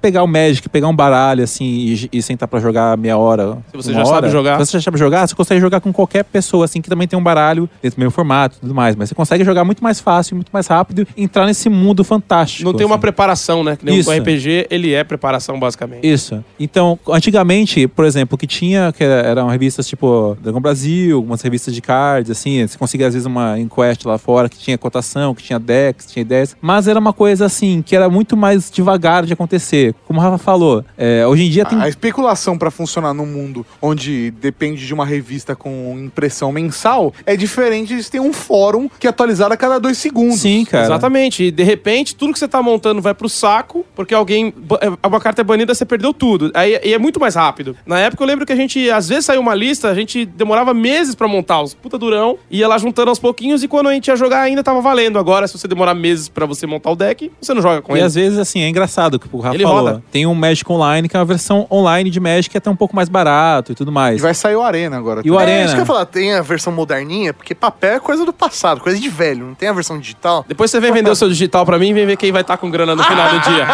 pegar o Magic, pegar um baralho, assim, e, e sentar pra jogar meia hora. Se você uma já hora, sabe jogar. Se você já sabe jogar, você consegue jogar com qualquer pessoa, assim, que também tem um baralho dentro do mesmo formato e tudo mais. Mas você consegue jogar muito mais fácil, muito mais rápido e entrar nesse mundo fantástico. Não tem assim. uma preparação, né? Que nem Isso. o R P G, ele é preparação, basicamente. Isso. Então, antigamente, por exemplo, o que tinha, que eram revistas tipo Dragon Brasil, algumas revistas de cards, assim, você conseguia às vezes uma enquest lá fora que tinha cotação, que tinha decks, tinha ideias, mas era uma coisa assim, que era muito mais devagar de acontecer. Como o Rafa falou, é, hoje em dia tem... A especulação pra funcionar num mundo onde depende de uma revista com impressão mensal é diferente de ter um fórum que é atualizado a cada dois segundos. Sim, cara. Exatamente. E de repente, tudo que você tá montando vai pro saco, porque alguém... Uma carta é banida, você perdeu tudo. Aí e é muito mais rápido. Na época eu lembro que a gente, às vezes saiu uma lista, a gente demorava meses pra montar os puta durão, ia lá juntando aos pouquinhos e quando a gente ia jogar ainda tava valendo. Agora, se você demorar meses pra você montar o deck, você não joga com E ele. às vezes, assim, é engraçado que o Rafa Ele falou. roda. Tem um Magic Online, que é uma versão online de Magic que é até um pouco mais barato e tudo mais. E vai sair o Arena agora. E o É, Arena. isso que eu ia falar, tem a versão moderninha, porque papel é coisa do passado, coisa de velho, não tem a versão digital. Depois você vem vender o seu digital pra mim e vem ver quem vai estar com grana no final do dia.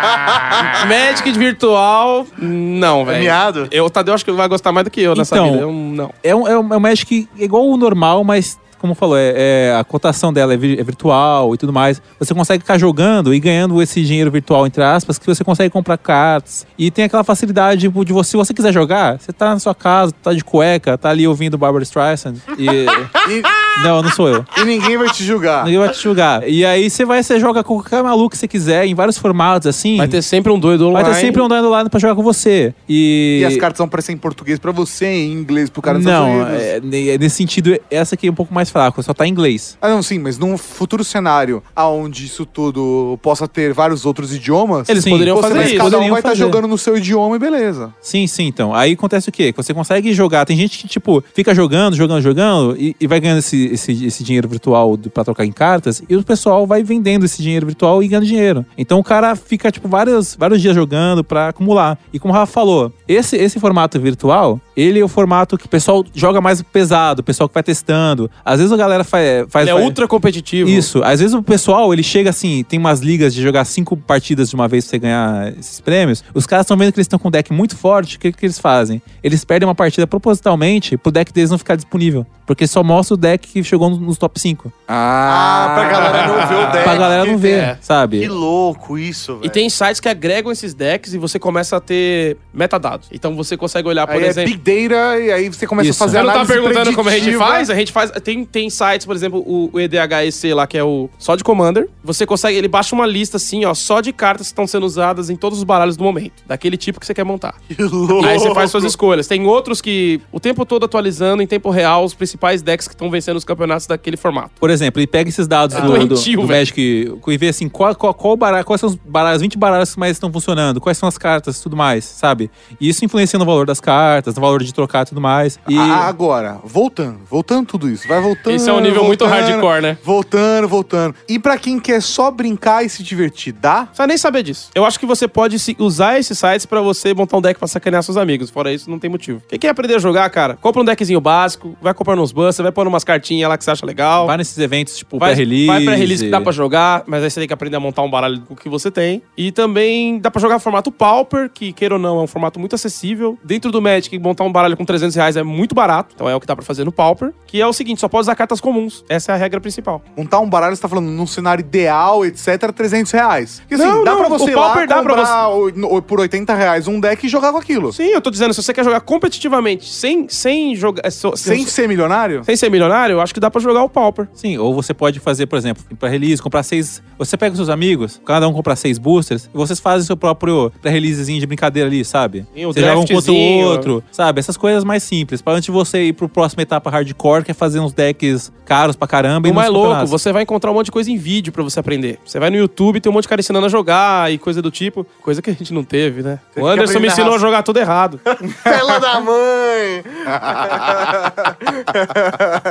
Magic virtual, não, velho. miado? Eu, o Tadeu acho que vai gostar mais do que eu nessa Então, vida. Eu não. É um, é um, é um Magic igual o normal, mas... Como falou, é, é, a cotação dela é, vi- é virtual e tudo mais. Você consegue ficar jogando e ganhando esse dinheiro virtual, entre aspas, que você consegue comprar cartas. E tem aquela facilidade tipo, de você, se você quiser jogar, você tá na sua casa, tá de cueca, tá ali ouvindo Barbra Streisand. E, E, não, não sou eu. e ninguém vai te julgar. Ninguém vai te julgar. E aí você vai, você joga com qualquer maluco que você quiser, em vários formatos, assim. Vai ter sempre um doido online. Vai ter sempre um doido lá pra jogar com você. E, E as cartas vão aparecer em português pra você, em inglês pro cara dos Estados Não, Unidos. é, ne- nesse sentido, essa aqui é um pouco mais fraco, só tá em inglês. Ah, não, sim, mas num futuro cenário onde isso tudo possa ter vários outros idiomas... Eles Sim, poderiam você, fazer mas isso. cada um poderiam vai estar fazer. jogando no seu idioma e beleza. Sim, sim, então. Aí acontece o quê? Que você consegue jogar. Tem gente que, tipo, fica jogando, jogando, jogando e, e vai ganhando esse, esse, esse dinheiro virtual do, pra trocar em cartas e o pessoal vai vendendo esse dinheiro virtual e ganhando dinheiro. Então o cara fica, tipo, vários, vários dias jogando pra acumular. E como o Rafa falou, esse, esse formato virtual, ele é o formato que o pessoal joga mais pesado, o pessoal que vai testando. Às vezes a galera faz... faz Ele é faz- ultra competitivo. Isso. Às vezes o pessoal, ele chega assim, tem umas ligas de jogar cinco partidas de uma vez pra você ganhar esses prêmios. Os caras estão vendo que eles estão com um deck muito forte. O que, que eles fazem? Eles perdem uma partida propositalmente pro deck deles não ficar disponível. Porque só mostra o deck que chegou nos, nos top cinco. Ah, pra galera não ver o deck. Pra galera não ver, é. sabe? Que louco isso, velho. E tem sites que agregam esses decks e você começa a ter metadados. Então você consegue olhar, por Aí exemplo... é Big Data e aí você começa Isso. a fazer Você não tá análise perguntando como a gente preditiva. faz? A gente faz. Tem, tem sites, por exemplo, o, o E D H E C lá, que é o só de Commander. Você consegue, ele baixa uma lista assim, ó, só de cartas que estão sendo usadas em todos os baralhos do momento. Daquele tipo que você quer montar. Que louco. Aí você faz suas escolhas. Tem outros que o tempo todo atualizando em tempo real os principais decks que estão vencendo os campeonatos daquele formato. Por exemplo, ele pega esses dados É do, do, doentio, do velho. Magic e vê assim, qual, qual, qual baralho, quais são os baralhos, vinte baralhos que mais estão funcionando, quais são as cartas e tudo mais, sabe? E isso influencia no valor das cartas, no valor de trocar e tudo mais. E Ah, agora, voltando, voltando tudo isso, vai voltando. Esse é um nível muito voltando, hardcore, né? Voltando, voltando. E pra quem quer só brincar e se divertir, dá? Não precisa nem saber disso. Eu acho que você pode se- usar esses sites pra você montar um deck pra sacanear seus amigos. Fora isso, não tem motivo. Quem quer aprender a jogar, cara, compra um deckzinho básico, vai comprando uns busters, vai pondo umas cartinhas lá que você acha legal. vai nesses eventos, tipo, Vai, pré-release. vai pré-release que dá pra jogar, mas aí você tem que aprender a montar um baralho com o que você tem. E também dá pra jogar formato Pauper, que, queira ou não, é um formato muito acessível. Dentro do Magic, montar um baralho com trezentos reais é muito barato. Então é o que dá pra fazer no Pauper. Que é o seguinte, só pode usar cartas comuns. Essa é a regra principal. Montar um baralho, você tá falando num cenário ideal, etc, trezentos reais. Porque assim, Não, dá não, pra você o ir lá Pauper dá pra comprar o- no- por oitenta reais um deck e jogar com aquilo. Sim, eu tô dizendo, se você quer jogar competitivamente, sem, sem jogar... so- Sem ser milionário? Sem ser milionário, eu acho que dá pra jogar o Pauper. Sim, ou você pode fazer, por exemplo, pra release, comprar seis. Você pega os seus amigos, cada um compra seis boosters, e vocês fazem seu próprio pré-releasezinho de brincadeira ali, sabe? Sim, o você joga um contra o draftzinho. outro, sabe? Essas coisas mais simples. Pra antes de você ir pro próxima etapa hardcore, que é fazer uns decks caros pra caramba. O e mais nos louco, campeonatos. você vai encontrar um monte de coisa em vídeo pra você aprender. Você vai no YouTube, tem um monte de cara ensinando a jogar e coisa do tipo. Coisa que a gente não teve, né? Teve O que Anderson me aprender ensinou a raça. jogar tudo errado. Fela da mãe! Então,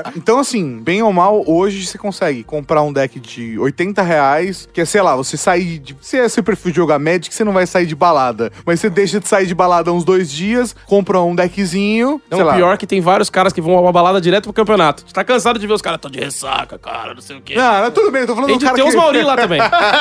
assim, bem ou mal, hoje você consegue comprar um deck de oitenta reais, que é, sei lá, você sair de... Se é seu perfil de jogar Magic, você não vai sair de balada. Mas você deixa de sair de balada uns dois dias, compra um deckzinho, Não, sei o lá. pior é que tem vários caras que vão a uma balada direto pro campeonato. Você tá cansado de ver os caras tão de ressaca, cara, não sei o quê. Não, não, tudo bem, eu tô falando Tem, do cara tem que... uns Mauri lá também.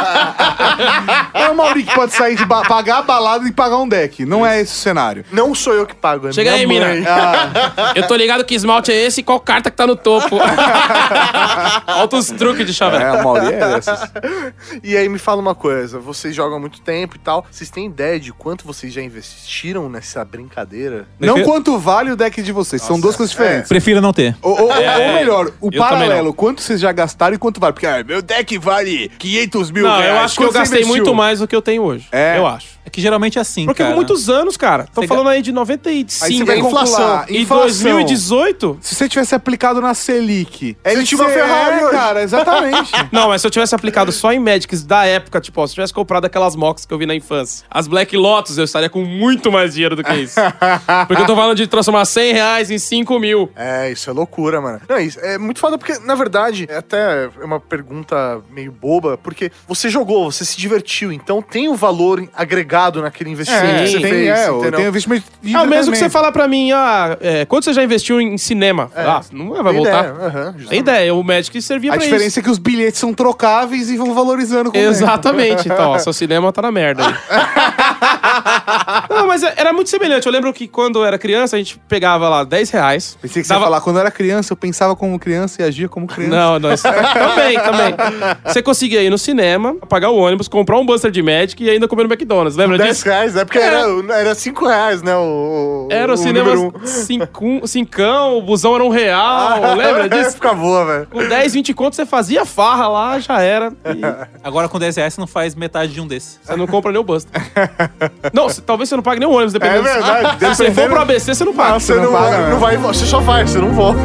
É o Mauri que pode sair de ba... pagar a balada e pagar um deck. Não é esse o cenário. Não sou eu que pago, é Chega minha aí, mãe. mina. Ah, Eu tô ligado que esmalte é esse e qual carta que tá no topo. Altos truques de chave. é, o Mauri é dessas. E aí me fala uma coisa, vocês jogam há muito tempo e tal, vocês têm ideia de quanto vocês já investiram nessa brincadeira? Não Prefiro- quanto vale o deck de vocês, são duas coisas diferentes. Prefiro não ter. Ou, ou- É, ou melhor, o eu paralelo, quanto vocês já gastaram e quanto vale? Porque ah, meu deck vale quinhentos mil Não, reais. eu acho que eu Quanto você gastei investiu? muito mais do que eu tenho hoje. É. Eu acho. É que geralmente é assim, Porque cara. por muitos anos, cara. Tô Você falando aí de noventa e Aí você cinco. vai inflação. calcular. E Inflação. dois mil e dezoito? Se você tivesse aplicado na Selic, Você tinha uma Ferrari é, hoje. cara, exatamente. Não, mas se eu tivesse aplicado só em Magics da época, tipo, ó, se eu tivesse comprado aquelas mocks que eu vi na infância, as Black Lotus, eu estaria com muito mais dinheiro do que isso. Porque eu tô falando de transformar cem reais em cinco mil. É, isso é loucura, mano. Não, isso é muito foda porque, na verdade, é até uma pergunta meio boba, porque você jogou, você se divertiu, então tem o valor agregado naquele investimento É, que você tem, fez, é, entendeu? tem investimento de É o mesmo que você entretenimento. falar pra mim, ah, é, quanto você já investiu em cinema? É. Ah, não vai Tem voltar. ideia, aham, Tem justamente. ideia, o Magic servia A pra diferença isso. é que os bilhetes são trocáveis e vão valorizando com o tempo. Exatamente. Então, ó, seu cinema tá na merda aí. Não, mas era muito semelhante. Eu lembro que quando eu era criança, a gente pegava lá dez reais. Pensei que você dava- ia falar, quando eu era criança, eu pensava como criança e agia como criança. Não, não. isso- também, também. Você conseguia ir no cinema, pagar o ônibus, comprar um Buster de Magic e ainda comer no McDonald's. Lembra dez disso? reais, né? Porque É. era, era cinco reais, né? O, Era o, cinema número um. cinco, cincão, o busão era um real. Lembra disso? Fica boa, velho. Com dez, vinte contos você fazia farra lá, já era. E Agora com dez reais você não faz metade de um desses. você não compra nem o Buster. Não, c- talvez você não pague nem o ônibus, dependendo. É verdade, Se você for pro A B C, você não paga. Ah, você não, paga, não né? vai, você só vai, você não volta.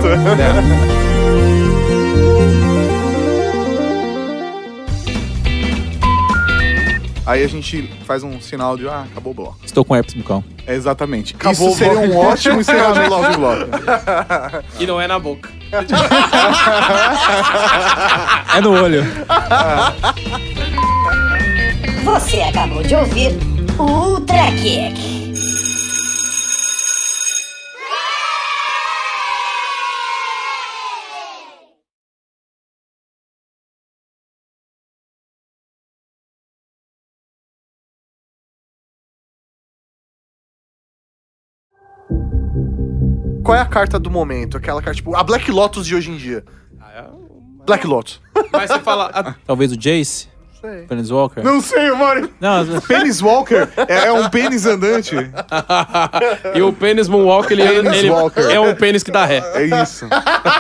Aí a gente faz um sinal de, ah, acabou o bloco. Estou com herpes bucal. É exatamente. Acabou Isso o seria bloco. um ótimo encerramento de bloco. E não é na boca. É no olho. Você acabou de ouvir o Ultra Kick. Qual é a carta do momento? Aquela carta, tipo, a Black Lotus de hoje em dia. Black Lotus. Mas você fala. ah, Talvez o Jace? Sei. Penis Walker? Não sei, mano. Não, Pênis Walker é, é um pênis andante. E o pênis Moonwalk, ele, Pênis ele Walker. é um pênis que dá ré. É isso.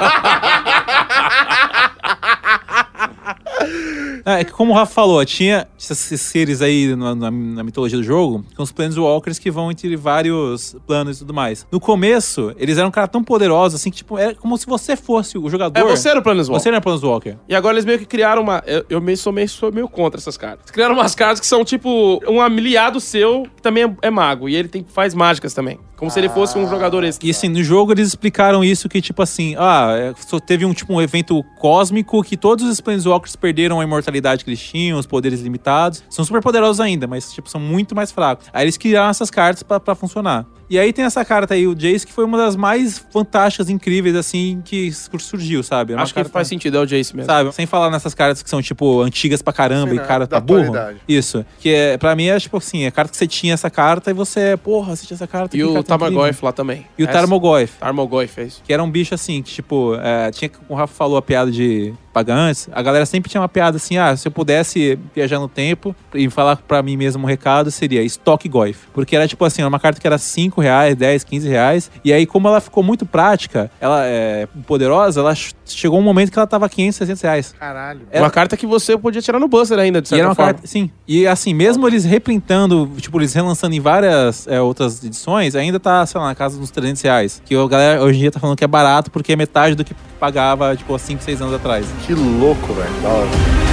É que como o Rafa falou, tinha esses seres aí na, na- na mitologia do jogo, com os Planeswalkers que vão entre vários planos e tudo mais. No começo, eles eram um cara tão poderosos, assim, que tipo, era como se você fosse o jogador. É, você era o Planeswalker. Você era o Planeswalker. E agora eles meio que criaram uma. Eu, eu meio, sou, meio, sou meio contra essas cartas. Eles criaram umas cartas que são tipo um aliado seu que também é, é mago. E ele tem, faz mágicas também. Como se ele fosse um jogador extra. E assim, no jogo eles explicaram isso que, tipo assim, ah, é, só teve um tipo um evento cósmico que todos os Planeswalkers perderam a imortalidade que eles tinham, os poderes limitados. São super poderosos ainda, mas tipo, são muito mais fracos. Aí eles criaram essas cartas pra, pra funcionar. E aí tem essa carta aí, o Jace, que foi uma das mais fantásticas, incríveis, assim, que surgiu, sabe? Era uma Acho que carta- faz sentido, é o Jace mesmo. Sabe? Sem falar nessas cartas que são, tipo, antigas pra caramba Sim, e né? cara Da tá burro. atualidade. Isso. Que é, pra mim é tipo assim, é a carta que você tinha essa carta e você, porra, você tinha essa carta. E que o carta incrível. Tamagotchi lá também. E o Essa- Tarmogoyf. Tarmogoyf, é isso. Que era um bicho assim, que tipo, é, tinha, como o Rafa falou, a piada de pagantes, a galera sempre tinha uma piada assim, ah, se eu pudesse viajar no tempo e falar pra mim mesmo um recado, seria Stock Goyf. Porque era tipo assim, era uma carta que era cinco reais, dez, quinze reais, e aí como ela ficou muito prática, ela é poderosa, ela ch- chegou um momento que ela tava quinhentos, seiscentos reais. Caralho. Era- Uma carta que você podia tirar no Buster ainda, de E certa era uma forma. carta, sim. E assim, mesmo eles reprintando, tipo, eles relançando em várias é, outras edições, ainda tá, sei lá, na casa dos trezentos reais. Que a galera hoje em dia tá falando que é barato porque é metade do que pagava, tipo, há cinco, seis anos atrás. Que louco, velho. Da hora.